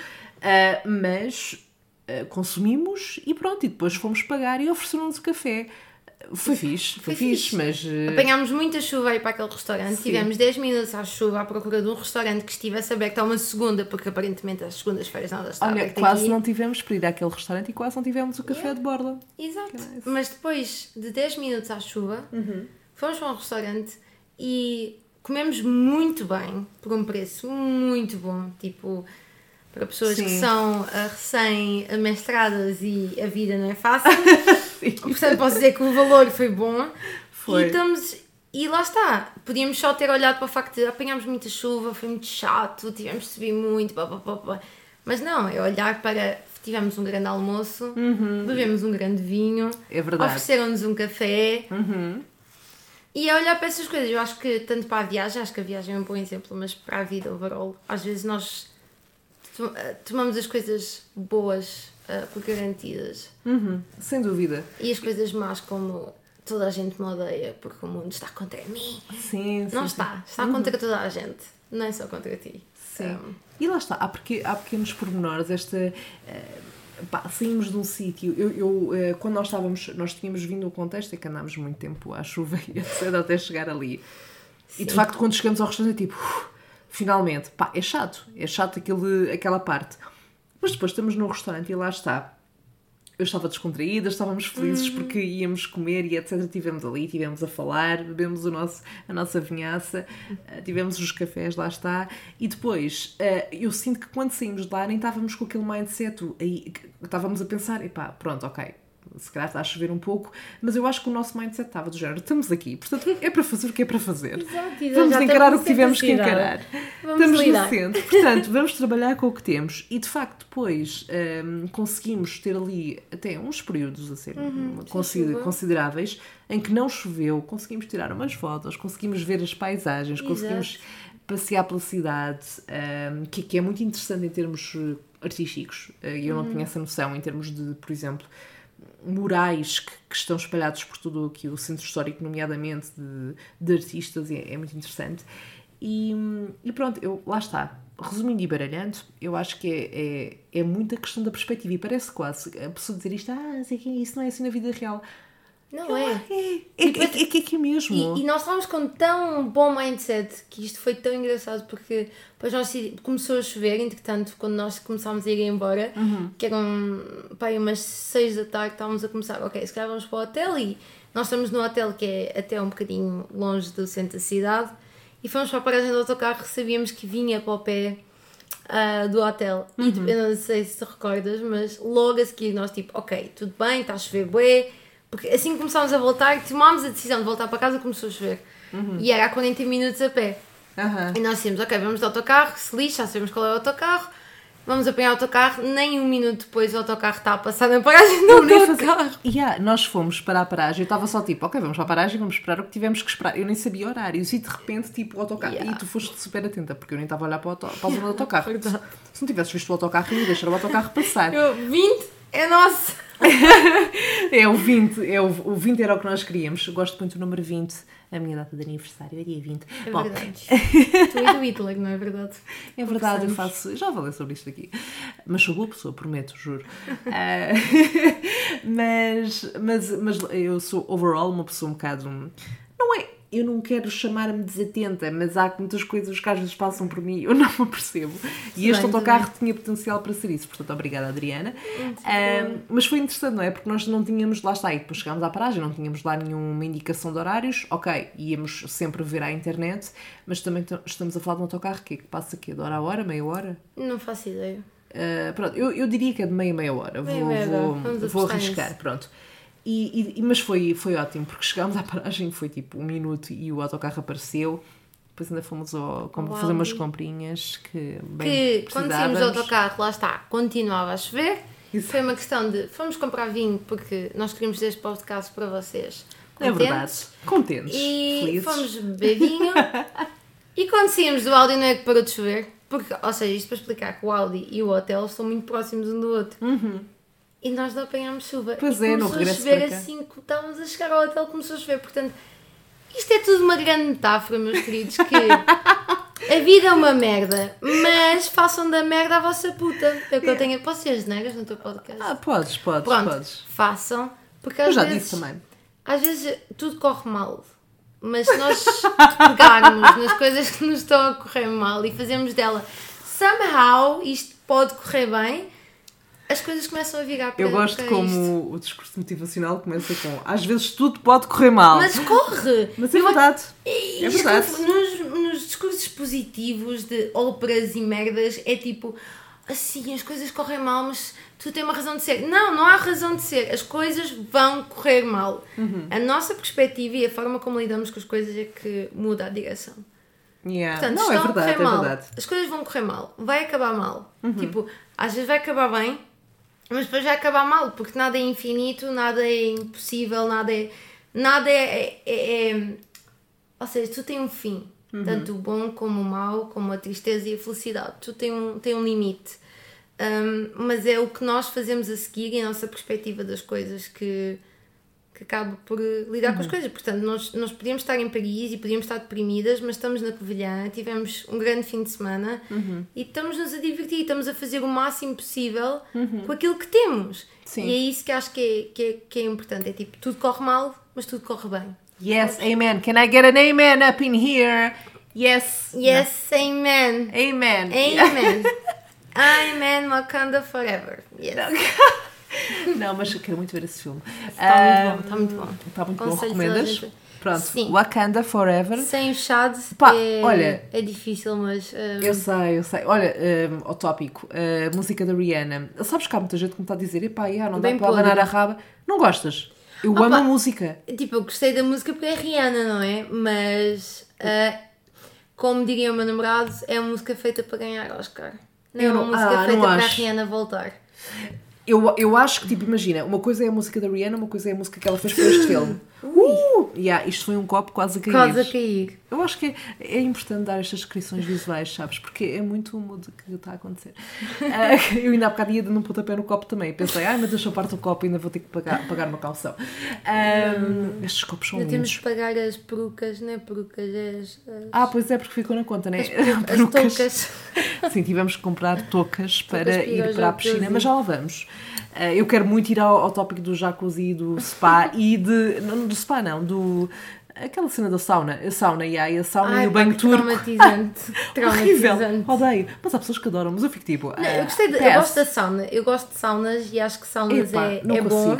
Speaker 1: mas consumimos e pronto, e depois fomos pagar e ofereceram-nos o café. Foi fixe, mas...
Speaker 2: Apanhámos muita chuva aí para aquele restaurante, tivemos 10 minutos à chuva à procura de um restaurante que estivesse aberto a uma segunda, porque aparentemente às segundas-feiras nada está aberto.
Speaker 1: Olha, quase não tivemos para ir àquele restaurante e quase não tivemos o café de borla.
Speaker 2: Exato, mas depois de 10 minutos à chuva, fomos para um restaurante e comemos muito bem, por um preço muito bom, tipo, para pessoas que são recém-mestradas e a vida não é fácil. Portanto, posso dizer que o valor foi bom.
Speaker 1: Foi.
Speaker 2: E lá está, podíamos só ter olhado para o facto de apanhámos muita chuva, foi muito chato, tivemos de subir muito, mas não, é olhar para... Tivemos um grande almoço, bebemos um grande vinho, ofereceram-nos um café... E a olhar para essas coisas, eu acho que tanto para a viagem, acho que a viagem é um bom exemplo, mas para a vida overall, às vezes nós tomamos as coisas boas por garantidas.
Speaker 1: Sem dúvida.
Speaker 2: E as coisas más como toda a gente me odeia porque o mundo está contra mim.
Speaker 1: Sim,
Speaker 2: Não
Speaker 1: sim.
Speaker 2: está contra toda a gente, não é só contra ti.
Speaker 1: Sim. E lá está, há pequenos pormenores, saímos de um sítio, quando nós tínhamos vindo ao contexto, é que andámos muito tempo à chuva e etc, até chegar ali.
Speaker 2: Sim.
Speaker 1: E de facto quando chegamos ao restaurante é tipo, finalmente, é chato aquela parte. Mas depois estamos no restaurante e lá está. Eu estava descontraída, estávamos felizes porque íamos comer e etc. Estivemos ali, estivemos a falar, bebemos a nossa vinhaça, tivemos os cafés, lá está. E depois, eu sinto que quando saímos de lá nem estávamos com aquele mindset, aí estávamos a pensar, pronto, ok, se calhar está a chover um pouco, mas eu acho que o nosso mindset estava do género, estamos aqui, portanto é para fazer o que é para fazer.
Speaker 2: Exato,
Speaker 1: vamos
Speaker 2: já
Speaker 1: encarar o que
Speaker 2: estamos
Speaker 1: tivemos que encarar.
Speaker 2: Vamos
Speaker 1: estamos no centro, portanto vamos trabalhar com o que temos e de facto depois conseguimos ter ali até uns períodos a ser consideráveis em que não choveu, conseguimos tirar umas fotos, conseguimos ver as paisagens, conseguimos passear pela cidade, que é muito interessante em termos artísticos, e eu não tinha essa noção em termos de, por exemplo, murais que estão espalhados por todo aqui o centro histórico, nomeadamente de artistas, é muito interessante. E pronto, lá está. Resumindo e baralhando, eu acho que é muita questão da perspectiva e parece quase a pessoa dizer isto, isso não é assim na vida real.
Speaker 2: Não é.
Speaker 1: É que é mesmo.
Speaker 2: E nós estávamos com tão bom mindset que isto foi tão engraçado porque depois começou a chover, entretanto, quando nós começámos a ir embora, que eram umas 6 da tarde, estávamos a começar, ok, se calhar vamos para o hotel e nós estamos no hotel que é até um bocadinho longe do centro da cidade e fomos para a paragem do autocarro, sabíamos que vinha para o pé do hotel e eu não sei se te recordas, mas logo a seguir nós ok, tudo bem, está a chover bué. Porque assim que começámos a voltar, tomámos a decisão de voltar para casa, começou a chover. E era há 40 minutos a pé. E nós dissemos, ok, vamos de autocarro, se lixa, já sabemos qual é o autocarro, vamos apanhar o autocarro, nem um minuto depois o autocarro está a passar na paragem do autocarro.
Speaker 1: Nós fomos para a paragem, eu estava só ok, vamos para a paragem, vamos esperar o que tivemos que esperar. Eu nem sabia horários e de repente, o autocarro... E tu foste super atenta, porque eu nem estava a olhar para a zona do autocarro. Se não tivesses visto o autocarro, eu ia deixar o autocarro passar.
Speaker 2: 20 é nosso!
Speaker 1: O 20 era o que nós queríamos. Eu gosto muito do número 20. A minha data de aniversário é dia 20.
Speaker 2: É verdade. Tu és do Hitler, não é verdade?
Speaker 1: É verdade, eu faço... Já falei sobre isto aqui. Mas sou boa pessoa, prometo, juro. Mas eu sou, overall, uma pessoa um bocado... Não é... Eu não quero chamar-me desatenta, mas há muitas coisas que às vezes passam por mim e eu não me percebo. E este autocarro tinha potencial para ser isso. Portanto, obrigada, Adriana. Mas foi interessante, não é? Porque nós não tínhamos... Lá está, e depois chegámos à paragem, não tínhamos lá nenhuma indicação de horários. Ok, íamos sempre ver à internet, mas também estamos a falar de um autocarro que passa aqui de hora a hora, meia hora?
Speaker 2: Não faço ideia.
Speaker 1: Pronto, eu diria que é de meia hora. Vou arriscar, pronto. Mas foi ótimo, porque chegámos à paragem, foi um minuto e o autocarro apareceu. Depois ainda fomos fazer umas comprinhas que
Speaker 2: quando saímos do autocarro, lá está, continuava a chover. Isso. Foi uma questão de, fomos comprar vinho porque nós queríamos fazer este podcast para vocês.
Speaker 1: Contentes. É verdade, contentes,
Speaker 2: e
Speaker 1: felizes.
Speaker 2: Fomos beber vinho. E quando saímos do Audi não é que parou de chover, porque, ou seja, isto para explicar que o Audi e o hotel são muito próximos um do outro. E nós não apanhámos chuva.
Speaker 1: Pois
Speaker 2: e
Speaker 1: no regresso
Speaker 2: começou a chover assim que estávamos a chegar ao hotel, começou a chover. Portanto, isto é tudo uma grande metáfora, meus queridos, que a vida é uma merda, mas façam da merda a vossa puta. É o que eu tenho. Posso ser geneiras no teu podcast?
Speaker 1: Podes.
Speaker 2: Façam. Porque às
Speaker 1: eu já
Speaker 2: vezes,
Speaker 1: disse também.
Speaker 2: Às vezes tudo corre mal. Mas se nós pegarmos nas coisas que nos estão a correr mal e fazermos dela somehow isto pode correr bem, as coisas começam a virar para
Speaker 1: eu gosto como o discurso motivacional começa com às vezes tudo pode correr mal.
Speaker 2: Mas corre!
Speaker 1: Mas é verdade. É verdade.
Speaker 2: Nos discursos positivos de óperas e merdas é tipo assim, as coisas correm mal, mas tu tens uma razão de ser. Não há razão de ser. As coisas vão correr mal. A nossa perspectiva e a forma como lidamos com as coisas é que muda a direção. Portanto,
Speaker 1: não, é verdade,
Speaker 2: verdade. As coisas vão correr mal. Vai acabar mal. Tipo, às vezes vai acabar bem, mas depois vai acabar mal, porque nada é infinito, nada é impossível, nada é ou seja, tudo tem um fim. Tanto o bom como o mau, como a tristeza e a felicidade. Tudo tem um limite. Mas é o que nós fazemos a seguir e a nossa perspectiva das coisas que acaba por lidar com as coisas. Portanto, nós podíamos estar em Paris e podíamos estar deprimidas, mas estamos na Covilhã, tivemos um grande fim de semana e estamos-nos a divertir, estamos a fazer o máximo possível com aquilo que temos.
Speaker 1: Sim.
Speaker 2: E é isso que acho que é importante. É tipo, tudo corre mal, mas tudo corre bem.
Speaker 1: Yes, amen. Can I get an amen up in here? Yes.
Speaker 2: Yes, amen.
Speaker 1: Amen.
Speaker 2: Amen. Amen, Wakanda forever. Yes.
Speaker 1: Não, mas eu quero muito ver esse filme.
Speaker 2: Está muito bom.
Speaker 1: Está muito bom,
Speaker 2: Conselho
Speaker 1: recomendas?
Speaker 2: toda a gente.
Speaker 1: Pronto,
Speaker 2: Sim.
Speaker 1: Wakanda Forever.
Speaker 2: Sem o Chad
Speaker 1: olha,
Speaker 2: é difícil, mas...
Speaker 1: Eu sei. Olha, ao tópico, a música da Rihanna. Sabes que há muita gente que me está a dizer, epá, não dá
Speaker 2: Bem
Speaker 1: para
Speaker 2: podre.
Speaker 1: abanar a raba. Não gostas? Eu amo a música.
Speaker 2: Tipo, eu gostei da música porque é Rihanna, não é? Mas, como diria o meu namorado, é uma música feita para ganhar Oscar. Não é uma música feita para a Rihanna voltar.
Speaker 1: Eu acho que, tipo, imagina, uma coisa é a música da Rihanna, uma coisa é a música que ela fez para este filme. Isto foi um copo quase a cair.
Speaker 2: Quase a cair.
Speaker 1: Eu acho que é importante dar estas descrições visuais, sabes? Porque é muito o mood que está a acontecer. Eu ainda há bocado ia dando um pontapé no copo também. Pensei, mas deixa eu partir o copo e ainda vou ter que pagar uma calção. Estes copos são lindos.
Speaker 2: Temos de pagar as perucas, não é perucas,
Speaker 1: pois é, porque ficou na conta, não é?
Speaker 2: As toucas.
Speaker 1: Sim, tivemos que comprar toucas para ir para a piscina, mas já lá vamos. Eu quero muito ir ao tópico do jacuzzi, do spa e não do spa não, aquela cena da sauna, a sauna e a sauna e o banho turco.
Speaker 2: Traumatizante.
Speaker 1: Horrível, odeio. Mas há pessoas que adoram, mas eu fico tipo...
Speaker 2: eu gosto da sauna, eu gosto de saunas e acho que saunas é bom.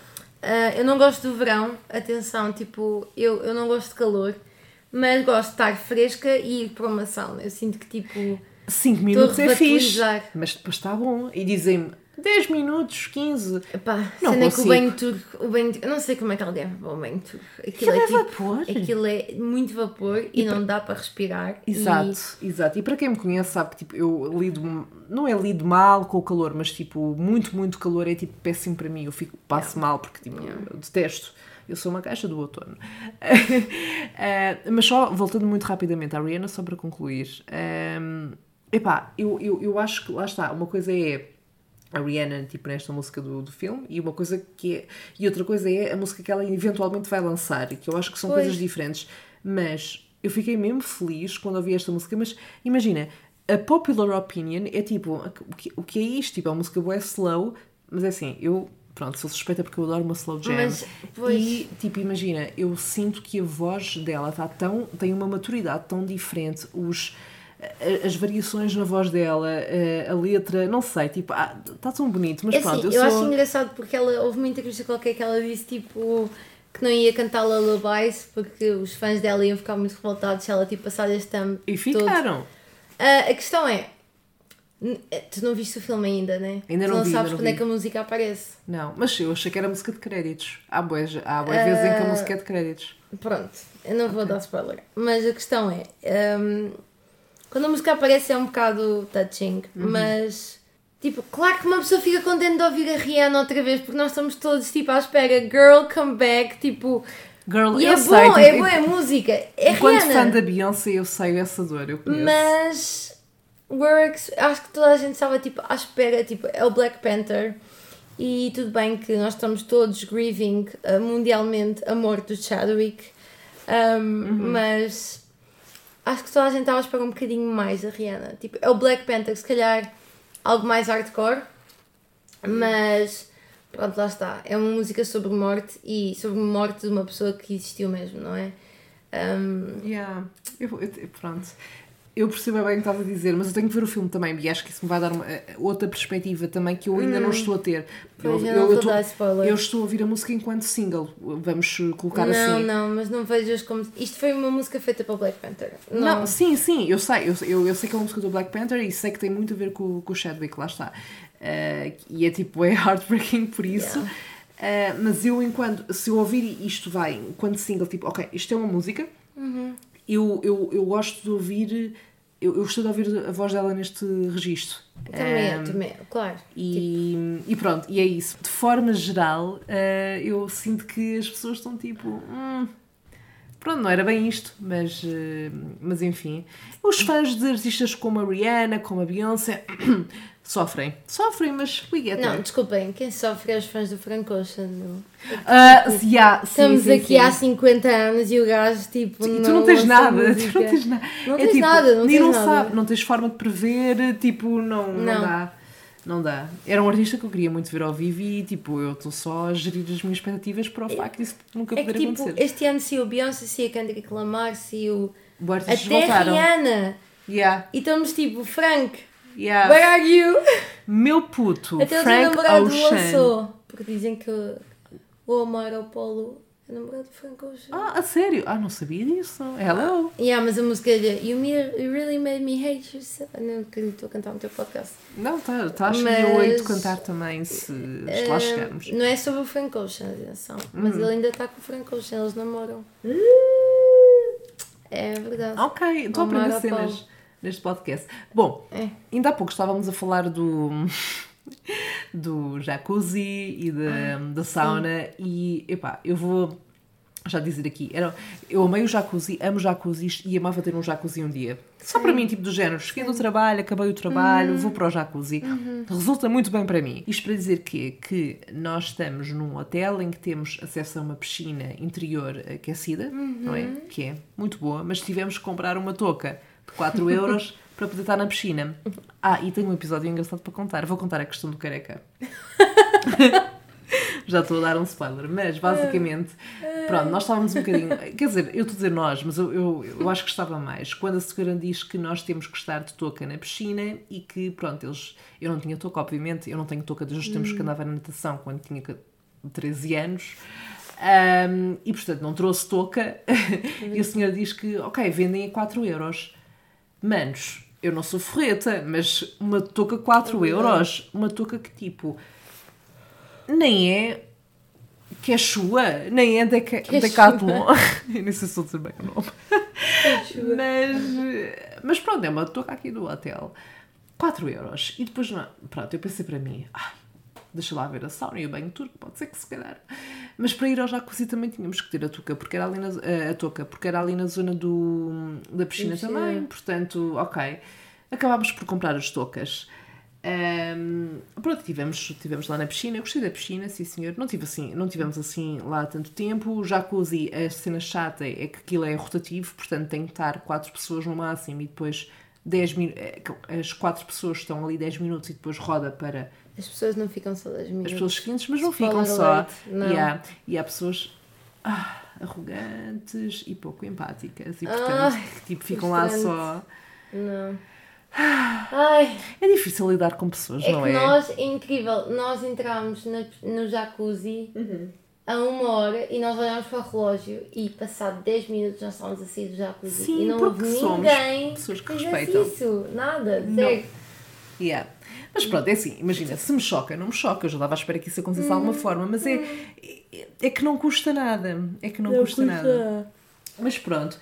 Speaker 2: Eu não gosto do verão, atenção, tipo, eu não gosto de calor, mas gosto de estar fresca e ir para uma sauna. Eu sinto que tipo...
Speaker 1: 5 minutos é fixe, mas depois está bom. E dizem-me 10 minutos, 15.
Speaker 2: Epá,
Speaker 1: não
Speaker 2: sendo que o banho turco, eu não sei como é que alguém vai para o banho turco. Aquilo é tipo,
Speaker 1: vapor.
Speaker 2: Aquilo é muito vapor e não dá para respirar.
Speaker 1: Exato. E para quem me conhece sabe que tipo, eu não é lido mal com o calor, mas tipo, muito, muito calor é tipo péssimo para mim. Eu passo mal porque tipo, eu detesto. Eu sou uma caixa do outono. Mas só, voltando muito rapidamente à Rihanna, só para concluir. Eu acho que, lá está, uma coisa é a Rihanna, tipo, nesta música do filme, e uma coisa e outra coisa é a música que ela eventualmente vai lançar, e que eu acho que são coisas diferentes. Mas eu fiquei mesmo feliz quando ouvi esta música, mas imagina, a popular opinion é tipo, o que é isto? Tipo, é uma música boa, slow, mas é assim, sou suspeita porque eu adoro uma slow jam. E, tipo, imagina, eu sinto que a voz dela tem uma maturidade tão diferente, as variações na voz dela, a letra, não sei, tipo, está tão bonito, mas pronto.
Speaker 2: Eu acho engraçado porque houve muita entrevista qualquer que ela disse, tipo, que não ia cantar Lullabies porque os fãs dela iam ficar muito revoltados se ela, tipo, passar este ano
Speaker 1: E ficaram.
Speaker 2: A questão é, tu não viste o filme ainda, né?
Speaker 1: Ainda não
Speaker 2: tu não
Speaker 1: vi,
Speaker 2: sabes quando é que a música aparece.
Speaker 1: Não, mas eu achei que era música de créditos. Há boas vezes em que a música é de créditos.
Speaker 2: Pronto, eu não vou dar spoiler, mas a questão é... quando a música aparece é um bocado touching, mas, tipo, claro que uma pessoa fica contente de ouvir a Rihanna outra vez, porque nós estamos todos, tipo, à espera, girl, come back, tipo...
Speaker 1: Girl,
Speaker 2: e
Speaker 1: eu
Speaker 2: é
Speaker 1: sei,
Speaker 2: bom,
Speaker 1: tipo,
Speaker 2: é boa, é música, é
Speaker 1: enquanto
Speaker 2: Rihanna.
Speaker 1: fã da Beyoncé, eu sei essa dor, eu conheço.
Speaker 2: Mas, Works, acho que toda a gente estava, tipo, à espera, tipo, é o Black Panther, e tudo bem que nós estamos todos grieving mundialmente a morte do Chadwick, mas... Acho que toda a gente estava a esperar um bocadinho mais da Rihanna. Tipo, é o Black Panther, se calhar algo mais hardcore, mas pronto, lá está. É uma música sobre morte e sobre a morte de uma pessoa que existiu mesmo, não é?
Speaker 1: Pronto. Eu percebo bem o que estás a dizer, mas eu tenho que ver o filme também e acho que isso me vai dar outra perspectiva também que eu ainda não estou a ter. Eu estou a ouvir a música enquanto single, vamos colocar assim.
Speaker 2: Não, mas não vejas como... Isto foi uma música feita para o Black Panther.
Speaker 1: Não, sim, eu sei. Eu sei que é uma música do Black Panther e sei que tem muito a ver com o Chadwick, lá está. E é tipo, é heartbreaking por isso. Mas se eu ouvir isto enquanto single, tipo, ok, isto é uma música... Eu gosto de ouvir, eu gostei de ouvir a voz dela neste registro.
Speaker 2: Também, claro.
Speaker 1: E pronto, e é isso. De forma geral, eu sinto que as pessoas estão tipo, Pronto, não era bem isto, mas enfim. Os fãs de artistas como a Rihanna, como a Beyoncé, sofrem, mas we get
Speaker 2: Não,
Speaker 1: there.
Speaker 2: desculpem, quem sofre é os fãs do Frank Ocean.
Speaker 1: Estamos
Speaker 2: aqui há 50 anos e o gajo, tipo,
Speaker 1: tu não tens nada,
Speaker 2: Não tens nada, não tens nada.
Speaker 1: Sabe, não tens forma de prever, tipo, não dá. Não dá. Era um artista que eu queria muito ver ao vivo e, tipo, eu estou só a gerir as minhas expectativas para o facto disso nunca poder acontecer.
Speaker 2: Tipo, este ano se o Beyoncé, se a Kendrick Lamar, se o...
Speaker 1: Até
Speaker 2: a Rihanna.
Speaker 1: Yeah.
Speaker 2: E estamos tipo, Frank,
Speaker 1: yeah.
Speaker 2: where are you?
Speaker 1: Meu puto,
Speaker 2: até
Speaker 1: Frank Ocean.
Speaker 2: Lançou, porque dizem que o Omar Apollo é namorado de Frank Ocean.
Speaker 1: A sério? Não sabia disso. Hello.
Speaker 2: Mas a música é You Really Made Me Hate You. Não acredito, estou a cantar no teu podcast.
Speaker 1: Não, estás e eu hei de cantar também se lá chegarmos.
Speaker 2: Não é sobre o Frank Ocean, atenção. Mas ele ainda está com o Frank Ocean, eles namoram. É verdade.
Speaker 1: Ok, estou a aprender cenas neste podcast. Bom, ainda há pouco estávamos a falar do jacuzzi e da sauna e, epá, eu vou já dizer aqui, eu amei o jacuzzi, amo jacuzzis e amava ter um jacuzzi um dia. Só para mim, tipo do género, cheguei do trabalho, acabei o trabalho, vou para o jacuzzi. Resulta muito bem para mim. Isto para dizer que nós estamos num hotel em que temos acesso a uma piscina interior aquecida, não é? Que é muito boa, mas tivemos que comprar uma touca de 4 euros para poder estar na piscina. E tenho um episódio engraçado para contar. Vou contar a questão do careca. Já estou a dar um spoiler, mas basicamente, pronto, nós estávamos um bocadinho, quer dizer, eu estou a dizer nós, mas eu acho que estava mais, quando a senhora diz que nós temos que estar de touca na piscina e que, pronto, eu não tinha touca, obviamente, eu não tenho touca desde os tempos que andava na natação, quando tinha 13 anos, e portanto não trouxe touca, e a senhora diz que, ok, vendem a 4 euros. Manos, eu não sou forreta, mas uma touca 4 euros, uma touca que tipo... nem é Quechua, nem é Decathlon. Eu nem sei se estou a dizer bem o nome. Mas pronto, é uma touca aqui do hotel. 4 euros. E depois, pronto, eu pensei para mim, deixa lá ver a sauna e o banho turco, pode ser que se calhar. Mas para ir ao jacuzzi também tínhamos que ter a touca, porque era ali na zona da piscina também. Portanto, ok. Acabámos por comprar as toucas. Pronto, estivemos lá na piscina. Eu gostei da piscina, sim senhor. Não tivemos assim lá tanto tempo. O jacuzzi, a cena chata é que aquilo é rotativo, portanto tem que estar 4 pessoas no máximo e depois 10 minutos. As 4 pessoas estão ali 10 minutos e depois roda para...
Speaker 2: As pessoas não ficam só 10 minutos.
Speaker 1: As pessoas seguintes, mas não ficam só. E há pessoas arrogantes e pouco empáticas e portanto tipo, ficam lá só.
Speaker 2: Não.
Speaker 1: É difícil lidar com pessoas, não é?
Speaker 2: É incrível, nós entramos no jacuzzi a 1 hora e nós olhámos para o relógio e passado 10 minutos nós estávamos a sair do jacuzzi.
Speaker 1: Sim,
Speaker 2: e não
Speaker 1: porque
Speaker 2: houve
Speaker 1: somos
Speaker 2: ninguém
Speaker 1: pessoas que
Speaker 2: fizesse
Speaker 1: respeitam.
Speaker 2: isso, nada, zero.
Speaker 1: Mas pronto, é assim, imagina, se me choca, não me choca, eu já estava à espera que isso acontecesse de alguma forma, mas é que não custa nada, nada. Mas pronto,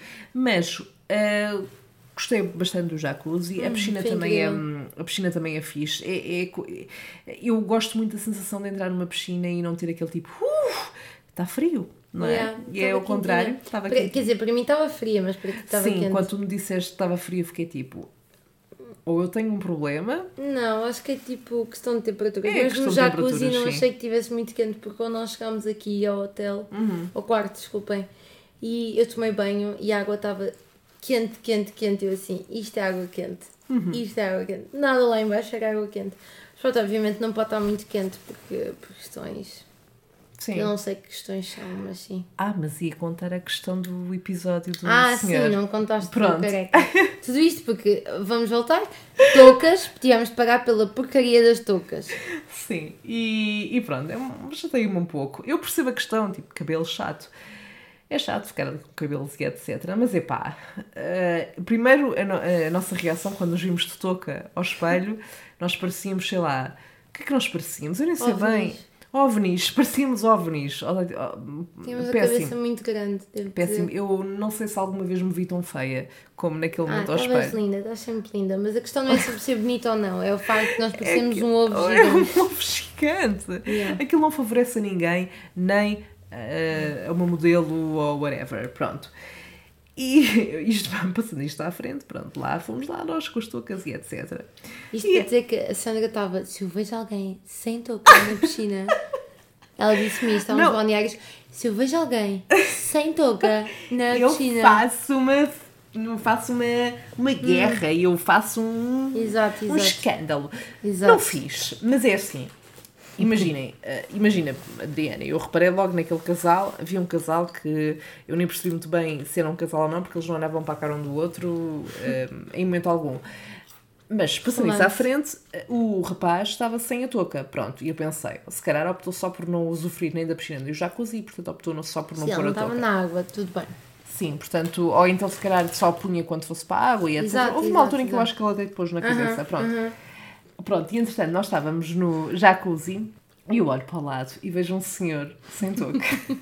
Speaker 1: gostei bastante do jacuzzi, a piscina também é fixe, eu gosto muito da sensação de entrar numa piscina e não ter aquele tipo, está frio, não é? E é ao contrário, estava quente.
Speaker 2: Quer dizer, para mim estava fria, mas para ti estava quente.
Speaker 1: Sim, quando tu me disseste que estava frio, eu fiquei tipo... ou eu tenho um problema...
Speaker 2: Não, acho que é tipo questão de temperatura. Mas no jacuzzi não achei que tivesse muito quente, porque quando nós chegámos aqui ao hotel, ao quarto, desculpem, e eu tomei banho e a água estava quente, eu assim, isto é água quente, nada lá em baixo era água quente. Mas pronto, obviamente não pode estar muito quente, por questões... Sim. Eu não sei que questões são, mas sim.
Speaker 1: Mas ia contar a questão do episódio do senhor.
Speaker 2: Sim, não contaste do careca. Tudo isto porque, vamos voltar, toucas, tínhamos de pagar pela porcaria das toucas.
Speaker 1: Sim, e pronto, chatei-me um pouco. Eu percebo a questão, tipo, cabelo chato. É chato ficar com cabelos e etc. Mas primeiro a nossa reação quando nos vimos de touca ao espelho, nós parecíamos, sei lá, o que é que nós parecíamos? Eu nem sei bem. OVNIs, parecíamos OVNIs.
Speaker 2: Tínhamos a cabeça muito grande.
Speaker 1: Péssimo. Eu não sei se alguma vez me vi tão feia como naquele momento ao espelho.
Speaker 2: Estás linda, estás sempre linda. Mas a questão não é sobre ser bonita ou não, é o facto de nós parecemos um ovo
Speaker 1: gigante. É um ovo gigante. Aquilo não favorece a ninguém, nem a uma modelo ou whatever, pronto. E isto vai passando isto à frente, pronto, fomos lá nós com as toucas e etc.
Speaker 2: Isto quer dizer que a Sandra estava, se eu vejo alguém sem touca na piscina, ela disse-me isto, há uns balneários, se eu vejo alguém sem touca na piscina...
Speaker 1: Eu faço uma guerra e eu faço um escândalo.
Speaker 2: Exato.
Speaker 1: Não fiz, mas é assim. Imagina, Adriana, eu reparei logo naquele casal, havia um casal que eu nem percebi muito bem se era um casal ou não, porque eles não andavam para a cara um do outro em momento algum. Mas, passando isso à frente, o rapaz estava sem a touca, pronto, e eu pensei, se calhar optou só por não usufruir nem da piscina do jacuzzi, portanto optou só por não pôr a touca.
Speaker 2: Sim, estava na água, tudo bem.
Speaker 1: Sim, portanto, ou então se calhar só punha quando fosse para a água e etc.
Speaker 2: Exato,
Speaker 1: Houve uma altura em que eu acho que ela até pôs na cabeça, pronto. Pronto, e entretanto nós estávamos no jacuzzi e eu olho para o lado e vejo um senhor sem touca.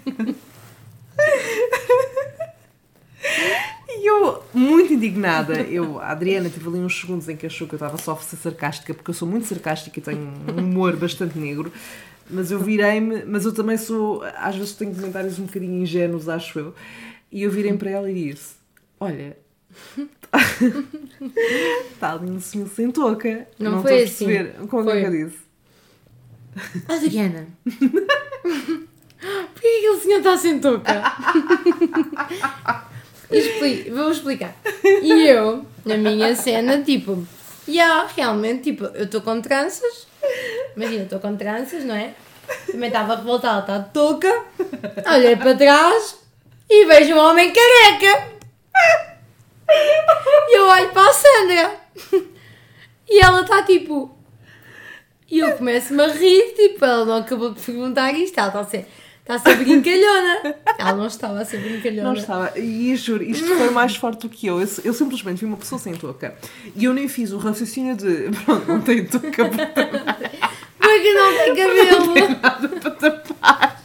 Speaker 1: E eu, muito indignada, a Adriana teve ali uns segundos em que achou que eu estava só a ser sarcástica, porque eu sou muito sarcástica e tenho um humor bastante negro, mas eu virei-me, mas eu também sou, às vezes tenho comentários um bocadinho ingênuos, acho eu, e eu virei para ela e disse, olha... Está ali um senhor sem touca.
Speaker 2: Não foi assim.
Speaker 1: Como é que eu disse?
Speaker 2: Adriana, porquê que aquele senhor está sem touca? Vou explicar. E eu, na minha cena, tipo, realmente, tipo, eu estou com tranças. Imagina, estou com tranças, não é? Também estava revoltada, está de touca. Olhei para trás e vejo um homem careca. E eu olho para a Sandra e ela está tipo, e eu começo-me a rir, tipo, ela não acabou de perguntar isto, ela está a ser brincalhona. Ela não estava a ser brincalhona.
Speaker 1: Não estava, e juro, isto foi mais forte do que eu simplesmente vi uma pessoa sem touca e eu nem fiz o raciocínio de, pronto, não tenho touca para tapar,
Speaker 2: porque não tem cabelo,
Speaker 1: não tem nada para tapar.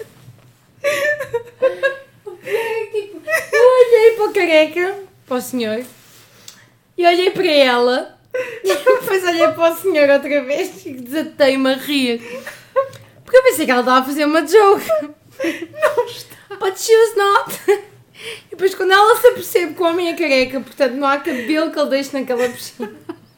Speaker 2: Tipo, eu olhei para o careca, para o senhor, e olhei para ela, e depois olhei para o senhor outra vez e desatei-me a rir. Porque eu pensei que ela estava a fazer uma joke.
Speaker 1: Não está.
Speaker 2: But she was not. E depois quando ela se apercebe que o homem é careca, portanto não há cabelo que ele deixe naquela piscina.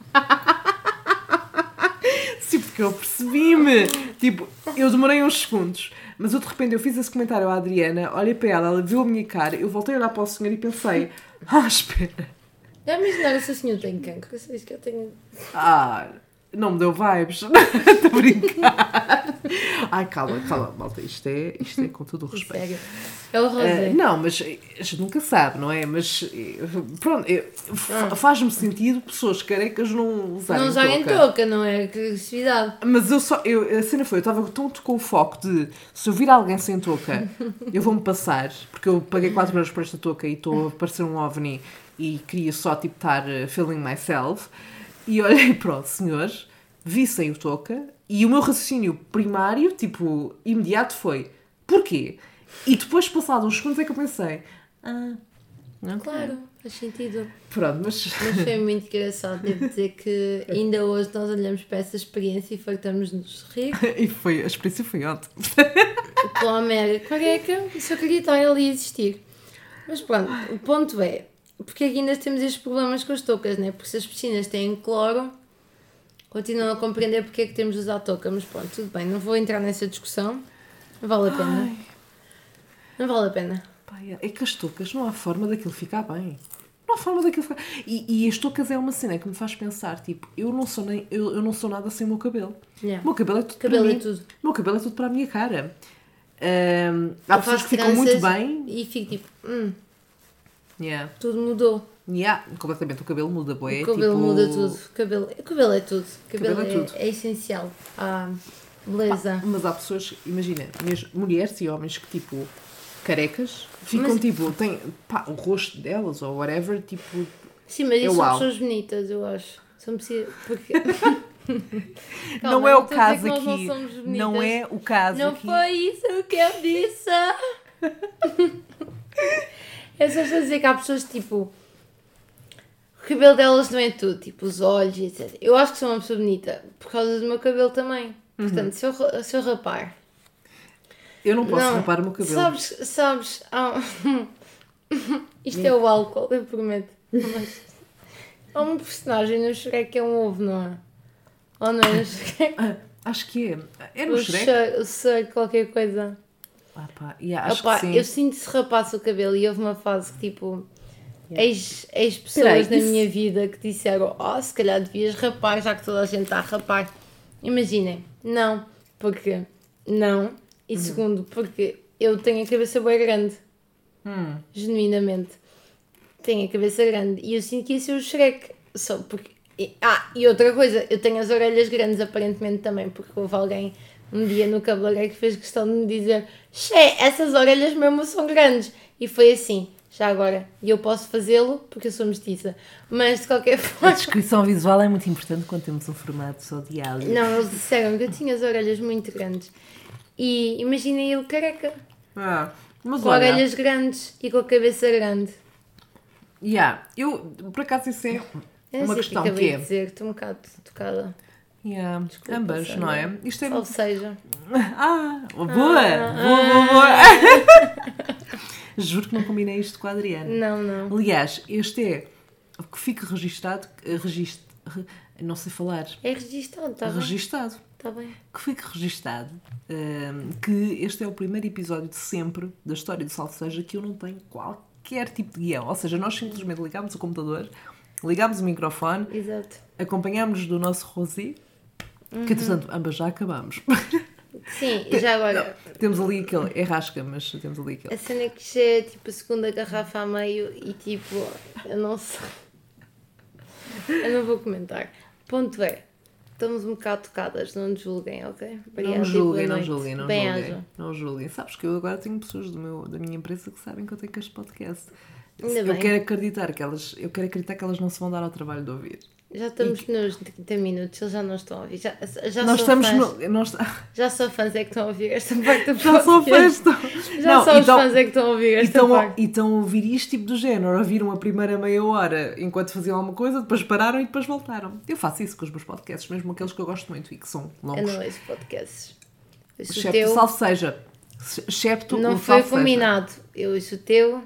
Speaker 1: Sim, porque eu percebi-me. Tipo, eu demorei uns segundos. Mas eu de repente eu fiz esse comentário à Adriana, olhei para ela, ela viu a minha cara, eu voltei a olhar para o senhor e pensei, espera.
Speaker 2: Já me ensinaram se o senhor tem cancro, é isso que eu tenho.
Speaker 1: Não me deu vibes. Estou a brincar. Ai, calma, malta. Isto é com todo o respeito.
Speaker 2: Sério. É o rosé.
Speaker 1: Não, mas a gente nunca sabe, não é? Mas pronto, faz-me sentido pessoas carecas não usarem
Speaker 2: touca, não é? Que agressividade.
Speaker 1: Mas a cena foi, eu estava tanto com o foco de se eu vir alguém sem touca, eu vou-me passar, porque eu paguei 4 euros por esta touca e estou a parecer um ovni e queria só tipo estar feeling myself. E olhei para o senhor, vi sem o touca, e o meu raciocínio primário, tipo, imediato foi, porquê? E depois, passado uns segundos, é que eu pensei,
Speaker 2: não, claro, faz sentido.
Speaker 1: Pronto, mas
Speaker 2: foi muito engraçado, devo dizer que ainda hoje nós olhamos para essa experiência e fartamos-nos rir.
Speaker 1: A experiência foi ótima.
Speaker 2: O homem era careca e só queria estar ali a existir. Mas pronto, o ponto é, porque aqui ainda temos estes problemas com as toucas, né? Porque se as piscinas têm cloro, continuam a compreender porque é que temos de usar touca. Mas pronto, tudo bem, não vou entrar nessa discussão. Não vale a pena. Não vale a pena.
Speaker 1: É que as toucas não há forma daquilo ficar bem. Não há forma daquilo ficar... E as toucas é uma cena que me faz pensar, tipo, eu não sou nada sem o meu cabelo.
Speaker 2: Yeah.
Speaker 1: O meu cabelo é tudo
Speaker 2: cabelo
Speaker 1: para
Speaker 2: é
Speaker 1: mim.
Speaker 2: tudo.
Speaker 1: O meu cabelo é tudo para a minha cara. Há pessoas que ficam muito bem.
Speaker 2: E fico tipo,
Speaker 1: Yeah.
Speaker 2: tudo mudou.
Speaker 1: Completamente. O cabelo muda, boé.
Speaker 2: O cabelo muda tudo. O cabelo é tudo. O cabelo
Speaker 1: é tudo.
Speaker 2: É essencial. Beleza.
Speaker 1: Mas há pessoas, imagina, mulheres e homens que, tipo, carecas, ficam, tipo, têm o rosto delas ou whatever, tipo...
Speaker 2: Sim, mas isso são pessoas bonitas, eu acho. São porque... Calma,
Speaker 1: não é o caso aqui.
Speaker 2: Não
Speaker 1: é o caso
Speaker 2: não
Speaker 1: aqui.
Speaker 2: Não foi isso que eu disse. É só dizer que há pessoas tipo... O cabelo delas não é tudo, tipo os olhos, etc. Eu acho que sou uma pessoa bonita por causa do meu cabelo também. Portanto, se eu rapar
Speaker 1: Eu não posso rapar o meu cabelo.
Speaker 2: Sabes, isto é o álcool, eu prometo. Mas há um personagem no Shrek que é um ovo, não é? Ou não é no Shrek?
Speaker 1: Acho que é. É no
Speaker 2: o
Speaker 1: Shrek?
Speaker 2: O Sir qualquer coisa.
Speaker 1: Acho que sim.
Speaker 2: Eu sinto se rapasse o cabelo e houve uma fase que tipo... Ex-pessoas na minha vida que disseram se calhar devias rapar, já que toda a gente está a rapar. Imaginem, não, porque não, e segundo, porque eu tenho a cabeça bem grande, genuinamente, tenho a cabeça grande, e eu sinto que ia ser o Shrek, só porque... e outra coisa, eu tenho as orelhas grandes aparentemente também, porque houve alguém um dia no cabeleireiro que fez questão de me dizer essas orelhas mesmo são grandes, e foi assim... Já agora, e eu posso fazê-lo porque eu sou mestiça, mas de qualquer forma...
Speaker 1: A descrição visual é muito importante quando temos um formato só de áudio.
Speaker 2: Não, eles disseram que eu tinha as orelhas muito grandes. E imaginem ele careca.
Speaker 1: Mas
Speaker 2: com orelhas grandes e com a cabeça grande.
Speaker 1: Eu, por acaso, isso é uma questão
Speaker 2: que é... dizer, estou um bocado tocada.
Speaker 1: Desculpa, ambas, não é? Isto é
Speaker 2: Ou seja...
Speaker 1: boa! Juro que não combinei isto com a Adriana.
Speaker 2: Não.
Speaker 1: Aliás, este é que fica registado. Não sei falar.
Speaker 2: É registado, está bem.
Speaker 1: Registado.
Speaker 2: Está bem.
Speaker 1: Que fique registado que este é o primeiro episódio de sempre da história do Salve Seja que eu não tenho qualquer tipo de guião. Ou seja, nós simplesmente ligámos o computador, ligámos o microfone,
Speaker 2: exato,
Speaker 1: acompanhámos do nosso Rosé, que entretanto ambas já acabámos.
Speaker 2: Sim, e já agora...
Speaker 1: Não, temos ali aquele... É rasca, mas temos ali aquele...
Speaker 2: A cena é que já é tipo a segunda garrafa a meio e tipo... Eu não sei... Eu não vou comentar. Ponto é... Estamos um bocado tocadas, não nos julguem, ok?
Speaker 1: Não julguem. Sabes que eu agora tenho pessoas da minha empresa que sabem que eu tenho este podcast. Eu quero acreditar que elas não se vão dar ao trabalho de ouvir.
Speaker 2: Já estamos nos 30 minutos, eles já não estão a ouvir. Já só fãs é que estão a ouvir esta parte do podcast. Os fãs é que estão a ouvir esta parte.
Speaker 1: E estão a ouvir isto tipo do género. Ouviram a primeira meia hora enquanto faziam alguma coisa, depois pararam e depois voltaram. Eu faço isso com os meus podcasts, mesmo aqueles que eu gosto muito e que são longos.
Speaker 2: Eu não ouço podcasts.
Speaker 1: Excepto o Salve Seja.
Speaker 2: Não foi combinado. Eu ouço o teu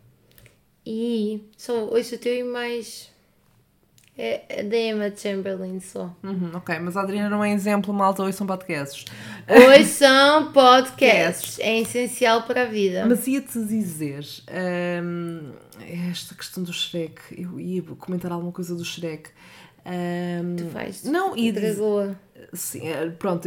Speaker 2: e só ouço o teu e mais... É da Emma Chamberlain só.
Speaker 1: Ok, mas a Adriana não é exemplo, malta, ouçam podcasts.
Speaker 2: Ouçam podcasts. É essencial para a vida.
Speaker 1: Mas ia-te dizer, esta questão do Shrek, eu ia comentar alguma coisa do Shrek.
Speaker 2: Tu fazes?
Speaker 1: Não, ia dizer...
Speaker 2: Dragoa.
Speaker 1: Sim, pronto,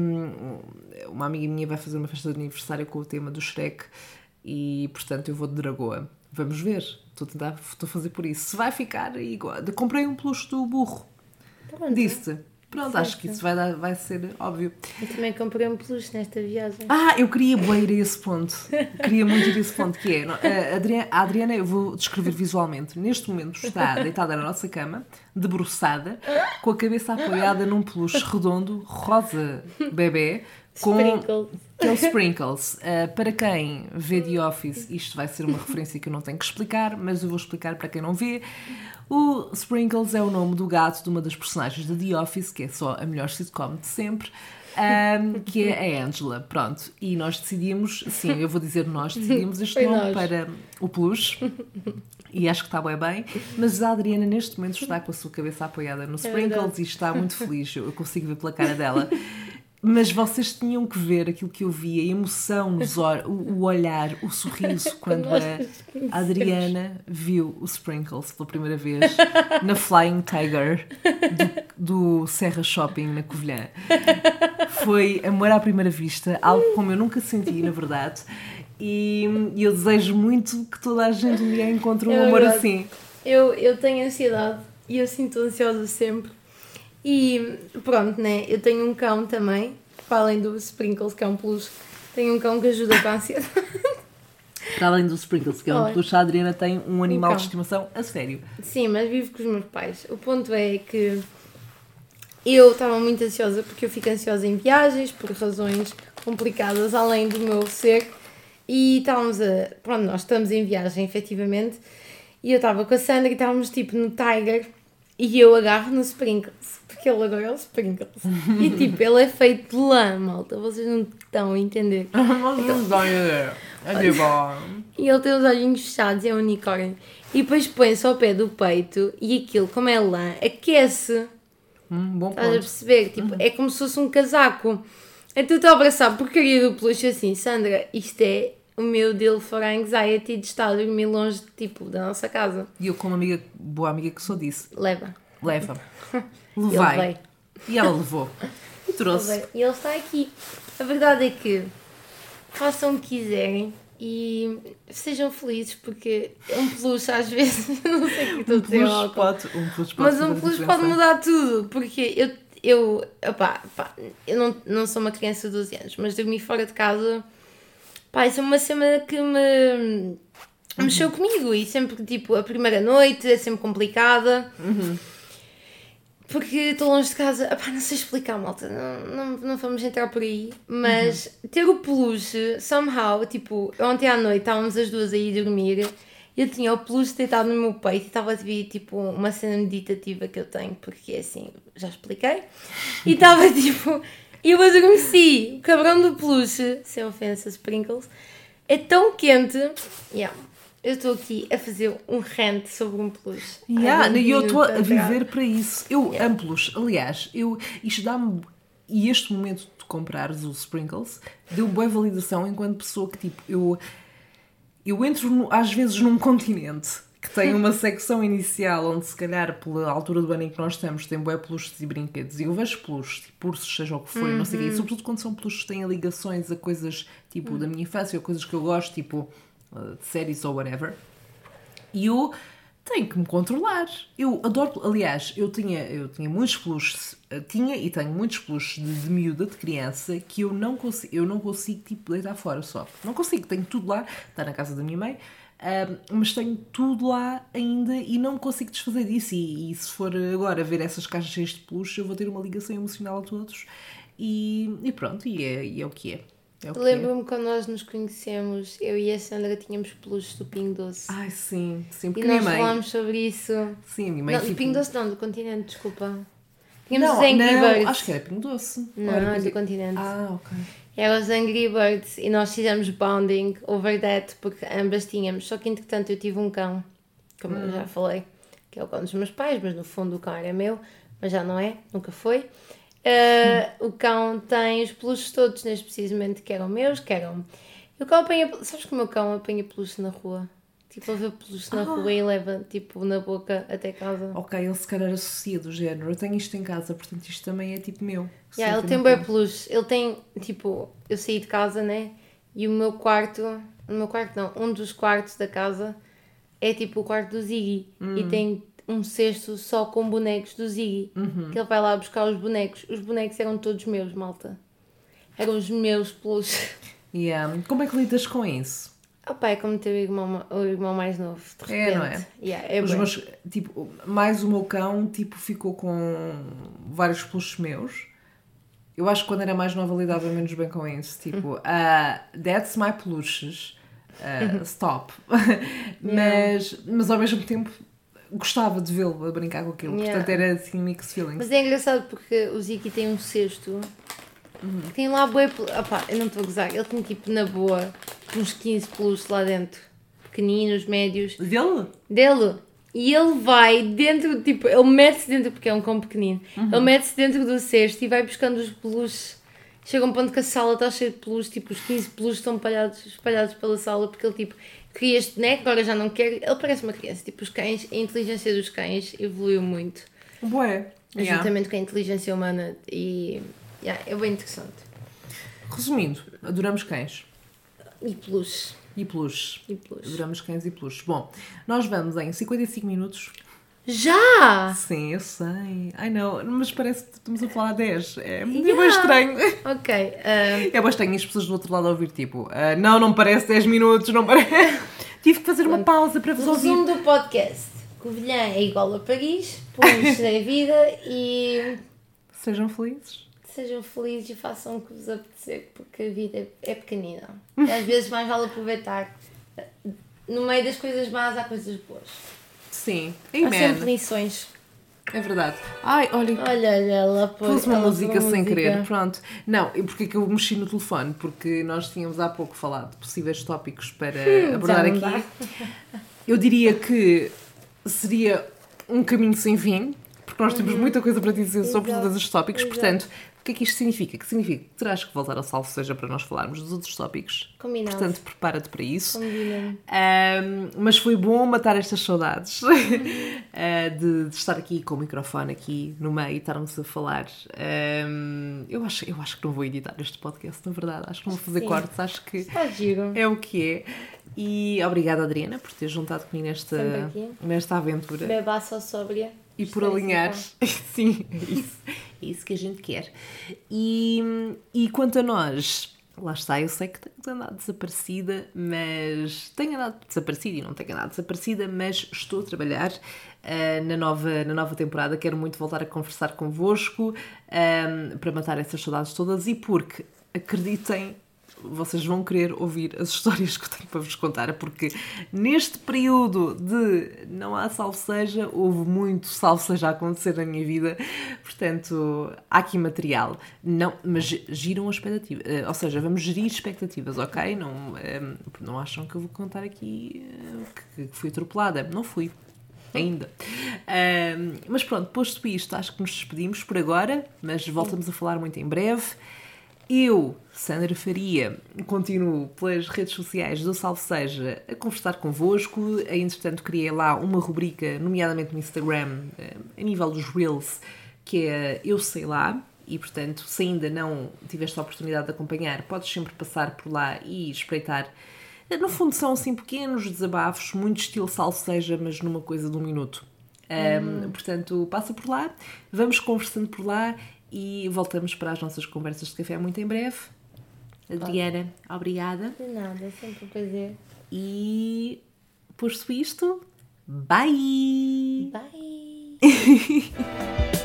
Speaker 1: uma amiga minha vai fazer uma festa de aniversário com o tema do Shrek e, portanto, eu vou de Dragoa. Vamos ver. Estou a fazer por isso. Se vai ficar igual. Comprei um peluche do burro. Disse-te. Pronto, acho que isso vai ser óbvio.
Speaker 2: Eu também comprei um peluche nesta viagem.
Speaker 1: Eu queria bem ir a esse ponto. Queria muito ir a esse ponto, que é... A Adriana, eu vou descrever visualmente. Neste momento está deitada na nossa cama, debruçada, com a cabeça apoiada num peluche redondo, rosa bebê, com... Que é o Sprinkles. Para quem vê The Office, isto vai ser uma referência que eu não tenho que explicar, mas eu vou explicar para quem não vê. O Sprinkles é o nome do gato de uma das personagens da The Office, que é só a melhor sitcom de sempre, que é a Angela. Pronto. E nós decidimos, sim, eu vou dizer nós, decidimos este nome para o peluche. E acho que está bem, mas a Adriana neste momento está com a sua cabeça apoiada no Sprinkles e está muito feliz. Eu consigo ver pela cara dela. Mas vocês tinham que ver aquilo que eu vi, a emoção nos olhos, o olhar, o sorriso, quando a Adriana viu o Sprinkles pela primeira vez na Flying Tiger do Serra Shopping na Covilhã. Foi amor à primeira vista, algo como eu nunca senti, na verdade. E eu desejo muito que toda a gente um dia encontre um amor assim.
Speaker 2: Eu tenho ansiedade e eu sinto ansiosa sempre. E pronto, né? Eu tenho um cão também, para além do Sprinkles, que é um peluche, tenho um cão que ajuda com a ansiedade.
Speaker 1: Para além do Sprinkles, que é um peluche, a Adriana tem um animal de estimação a sério.
Speaker 2: Sim, mas vivo com os meus pais. O ponto é que eu estava muito ansiosa, porque eu fico ansiosa em viagens, por razões complicadas, além do meu ser. E nós estamos em viagem, efetivamente, e eu estava com a Sandra e estávamos tipo no Tiger. E eu agarro no Sprinkles, porque ele agora é o Sprinkles. E tipo, ele é feito de lã, malta, vocês não estão a entender.
Speaker 1: Mas não dá ideia. É de bom.
Speaker 2: E ele tem os olhinhos fechados, é um unicórnio. E depois põe-se ao pé do peito e aquilo, como é lã, aquece.
Speaker 1: Bom
Speaker 2: Estás a
Speaker 1: ponto.
Speaker 2: perceber? Tipo, é como se fosse um casaco. Então estou a abraçar a porcaria do peluche assim, Sandra, isto é o meu deal for anxiety de estar a dormir longe, tipo, da nossa casa.
Speaker 1: E eu, como amiga, boa amiga que sou, disse:
Speaker 2: Leva.
Speaker 1: leva.
Speaker 2: Ele
Speaker 1: Levai.
Speaker 2: veio.
Speaker 1: E ela levou. E trouxe.
Speaker 2: E ele está aqui. A verdade é que façam o que quiserem e sejam felizes, porque um peluche às vezes, não sei o que estou a dizer,
Speaker 1: Um peluche pode
Speaker 2: mas
Speaker 1: fazer
Speaker 2: um
Speaker 1: a
Speaker 2: peluche
Speaker 1: diferença.
Speaker 2: pode mudar tudo, porque eu não sou uma criança de 12 anos, mas dormir fora de casa, pá, isso é uma cena que me mexeu comigo e sempre, tipo, a primeira noite é sempre complicada. Porque estou longe de casa, epá, não sei explicar, malta, não vamos entrar por aí, mas ter o peluche, somehow, tipo, ontem à noite estávamos as duas a ir dormir, eu tinha o peluche deitado no meu peito e estava a ver, tipo, uma cena meditativa que eu tenho, porque assim, já expliquei, e estava, tipo, eu adormeci, o cabrão do peluche, sem ofensa, Sprinkles, é tão quente, eu estou aqui a fazer um rant sobre um peluche.
Speaker 1: E eu estou a viver para isso. Eu amo peluche. Aliás, isto dá-me... E este momento de comprares o Sprinkles deu boa validação enquanto pessoa que, tipo, eu entro às vezes num continente que tem uma secção inicial onde, se calhar, pela altura do ano em que nós estamos, tem bué peluches e brinquedos. E eu vejo peluches, tipo, ursos, seja o que for, não sei o quê. E sobretudo quando são peluches que têm ligações a coisas, tipo, da minha infância, ou coisas que eu gosto, tipo... de séries ou whatever, e eu tenho que me controlar. Eu adoro, aliás, eu tinha muitos peluches, tinha e tenho muitos peluches de miúda, de criança, que eu não consigo tipo deitar fora só. Não consigo, tenho tudo lá, está na casa da minha mãe, mas tenho tudo lá ainda e não consigo desfazer disso. E se for agora ver essas caixas cheias de peluches, eu vou ter uma ligação emocional a todos e pronto, e é o que é.
Speaker 2: Lembro-me quando nós nos conhecemos, eu e a Sandra tínhamos peluches do Pingo Doce.
Speaker 1: Ai, sim, porque
Speaker 2: e nós falámos sobre isso.
Speaker 1: Sim, a minha mãe...
Speaker 2: Não,
Speaker 1: tipo...
Speaker 2: do Pingo Doce não, do Continente, desculpa. Tínhamos os
Speaker 1: Não,
Speaker 2: Angry Birds.
Speaker 1: acho que era Pingo Doce.
Speaker 2: Não, do Continente.
Speaker 1: Ok.
Speaker 2: Era os Angry Birds e nós fizemos bonding over that, porque ambas tínhamos. Só que entretanto eu tive um cão, como eu já falei, que é o cão dos meus pais, mas no fundo o cão era meu, mas já não é, nunca foi. O cão tem os peluches todos, neste precisamente, que eram meus, que eram... O cão apanha... Sabes que o meu cão apanha peluche na rua? Tipo, ele vê peluche na rua e leva, tipo, na boca até casa.
Speaker 1: Ok, ele se calhar associa do género. Eu tenho isto em casa, portanto isto também é tipo meu.
Speaker 2: Ele tem bem peluche. Ele tem, tipo... Eu saí de casa, né? E o meu quarto... um dos quartos da casa é tipo o quarto do Ziggy. E tem... um cesto só com bonecos do Ziggy, que ele vai lá buscar os bonecos. Os bonecos eram todos meus, malta. Eram os meus peluches.
Speaker 1: Como é que lidas com isso?
Speaker 2: É como ter o irmão mais novo, de repente.
Speaker 1: Não é?
Speaker 2: É
Speaker 1: os
Speaker 2: bem.
Speaker 1: meus, tipo, mais o meu cão, tipo, ficou com vários peluches meus. Eu acho que quando era mais nova lidava menos bem com isso. Tipo, that's my peluches. Stop. Mas ao mesmo tempo... gostava de vê-lo a brincar com aquilo, portanto era assim mixed feelings.
Speaker 2: Mas é engraçado porque o Ziki tem um cesto que tem lá bué, eu não estou a gozar, ele tem tipo na boa uns 15 peluches lá dentro, pequeninos, médios. Dele. E ele vai dentro, tipo, ele mete-se dentro, porque é um cão pequenino, ele mete-se dentro do cesto e vai buscando os peluches. Chega a um ponto que a sala está cheia de peluches, tipo, os 15 peluches estão espalhados pela sala, porque ele tipo... queria este boneco, agora já não quer. Ele parece uma criança. Tipo, os cães, a inteligência dos cães evoluiu muito.
Speaker 1: Bué.
Speaker 2: Juntamente com a inteligência humana. E é bem interessante.
Speaker 1: Resumindo, adoramos cães.
Speaker 2: E peluches.
Speaker 1: Adoramos cães e peluches. Bom, nós vamos em 55 minutos.
Speaker 2: Já?
Speaker 1: Sim, eu sei. I know, mas parece que estamos a falar a 10. É bem estranho.
Speaker 2: Ok.
Speaker 1: É bem estranho as pessoas do outro lado a ouvir, tipo, não parece 10 minutos, não parece... Tive que fazer uma pausa para vos ouvir.
Speaker 2: Resumo do podcast. Covilhã é igual a Paris, põe-nos na vida e...
Speaker 1: Sejam felizes.
Speaker 2: Sejam felizes e façam o que vos apetecer, porque a vida é pequenina. E às vezes mais vale aproveitar. No meio das coisas más há coisas boas.
Speaker 1: Sim.
Speaker 2: Há sempre lições.
Speaker 1: É verdade. Ai, olha.
Speaker 2: Olha, ela
Speaker 1: pôs uma música sem querer, pronto. Não, e porquê que eu mexi no telefone? Porque nós tínhamos há pouco falado de possíveis tópicos para abordar aqui. Eu diria que seria um caminho sem fim, porque nós temos muita coisa para dizer sobre todos os tópicos, portanto, o que é que isto significa? Que significa que terás que voltar ao salvo seja para nós falarmos dos outros tópicos.
Speaker 2: Combinado.
Speaker 1: Portanto, prepara-te para isso.
Speaker 2: Combinado.
Speaker 1: Mas foi bom matar estas saudades de estar aqui com o microfone aqui no meio e estarmos a falar. Eu acho que não vou editar este podcast, na verdade. Acho que não vou fazer cortes. Acho que é o que é. E obrigada, Adriana, por ter juntado comigo nesta aventura.
Speaker 2: Bebaça sóbria.
Speaker 1: E por alinhar. Sim, é isso que a gente quer. E quanto a nós, lá está, eu sei que tenho andado desaparecida, mas tenho andado desaparecida e não tenho andado desaparecida, mas estou a trabalhar na nova temporada. Quero muito voltar a conversar convosco para matar essas saudades todas e porque, acreditem, vocês vão querer ouvir as histórias que eu tenho para vos contar, porque neste período de não há salve seja, houve muito salve seja a acontecer na minha vida, portanto, há aqui material. Não, mas giram as expectativas, ou seja, vamos gerir expectativas, ok? Não acham que eu vou contar aqui que fui atropelada? Não fui. Ainda. Mas pronto, posto isto, acho que nos despedimos por agora, mas voltamos a falar muito em breve. Eu, Sandra Faria, continuo pelas redes sociais do Salve Seja a conversar convosco. Entretanto, criei lá uma rubrica, nomeadamente no Instagram, a nível dos Reels, que é Eu Sei Lá. E, portanto, se ainda não tiveste a oportunidade de acompanhar, podes sempre passar por lá e espreitar. No fundo, são assim pequenos desabafos, muito estilo Salve Seja, mas numa coisa de 1 minuto. Portanto, passa por lá, vamos conversando por lá. E voltamos para as nossas conversas de café muito em breve. Adriana, obrigada.
Speaker 2: De nada, é sempre um prazer.
Speaker 1: E posto isto, bye!
Speaker 2: Bye!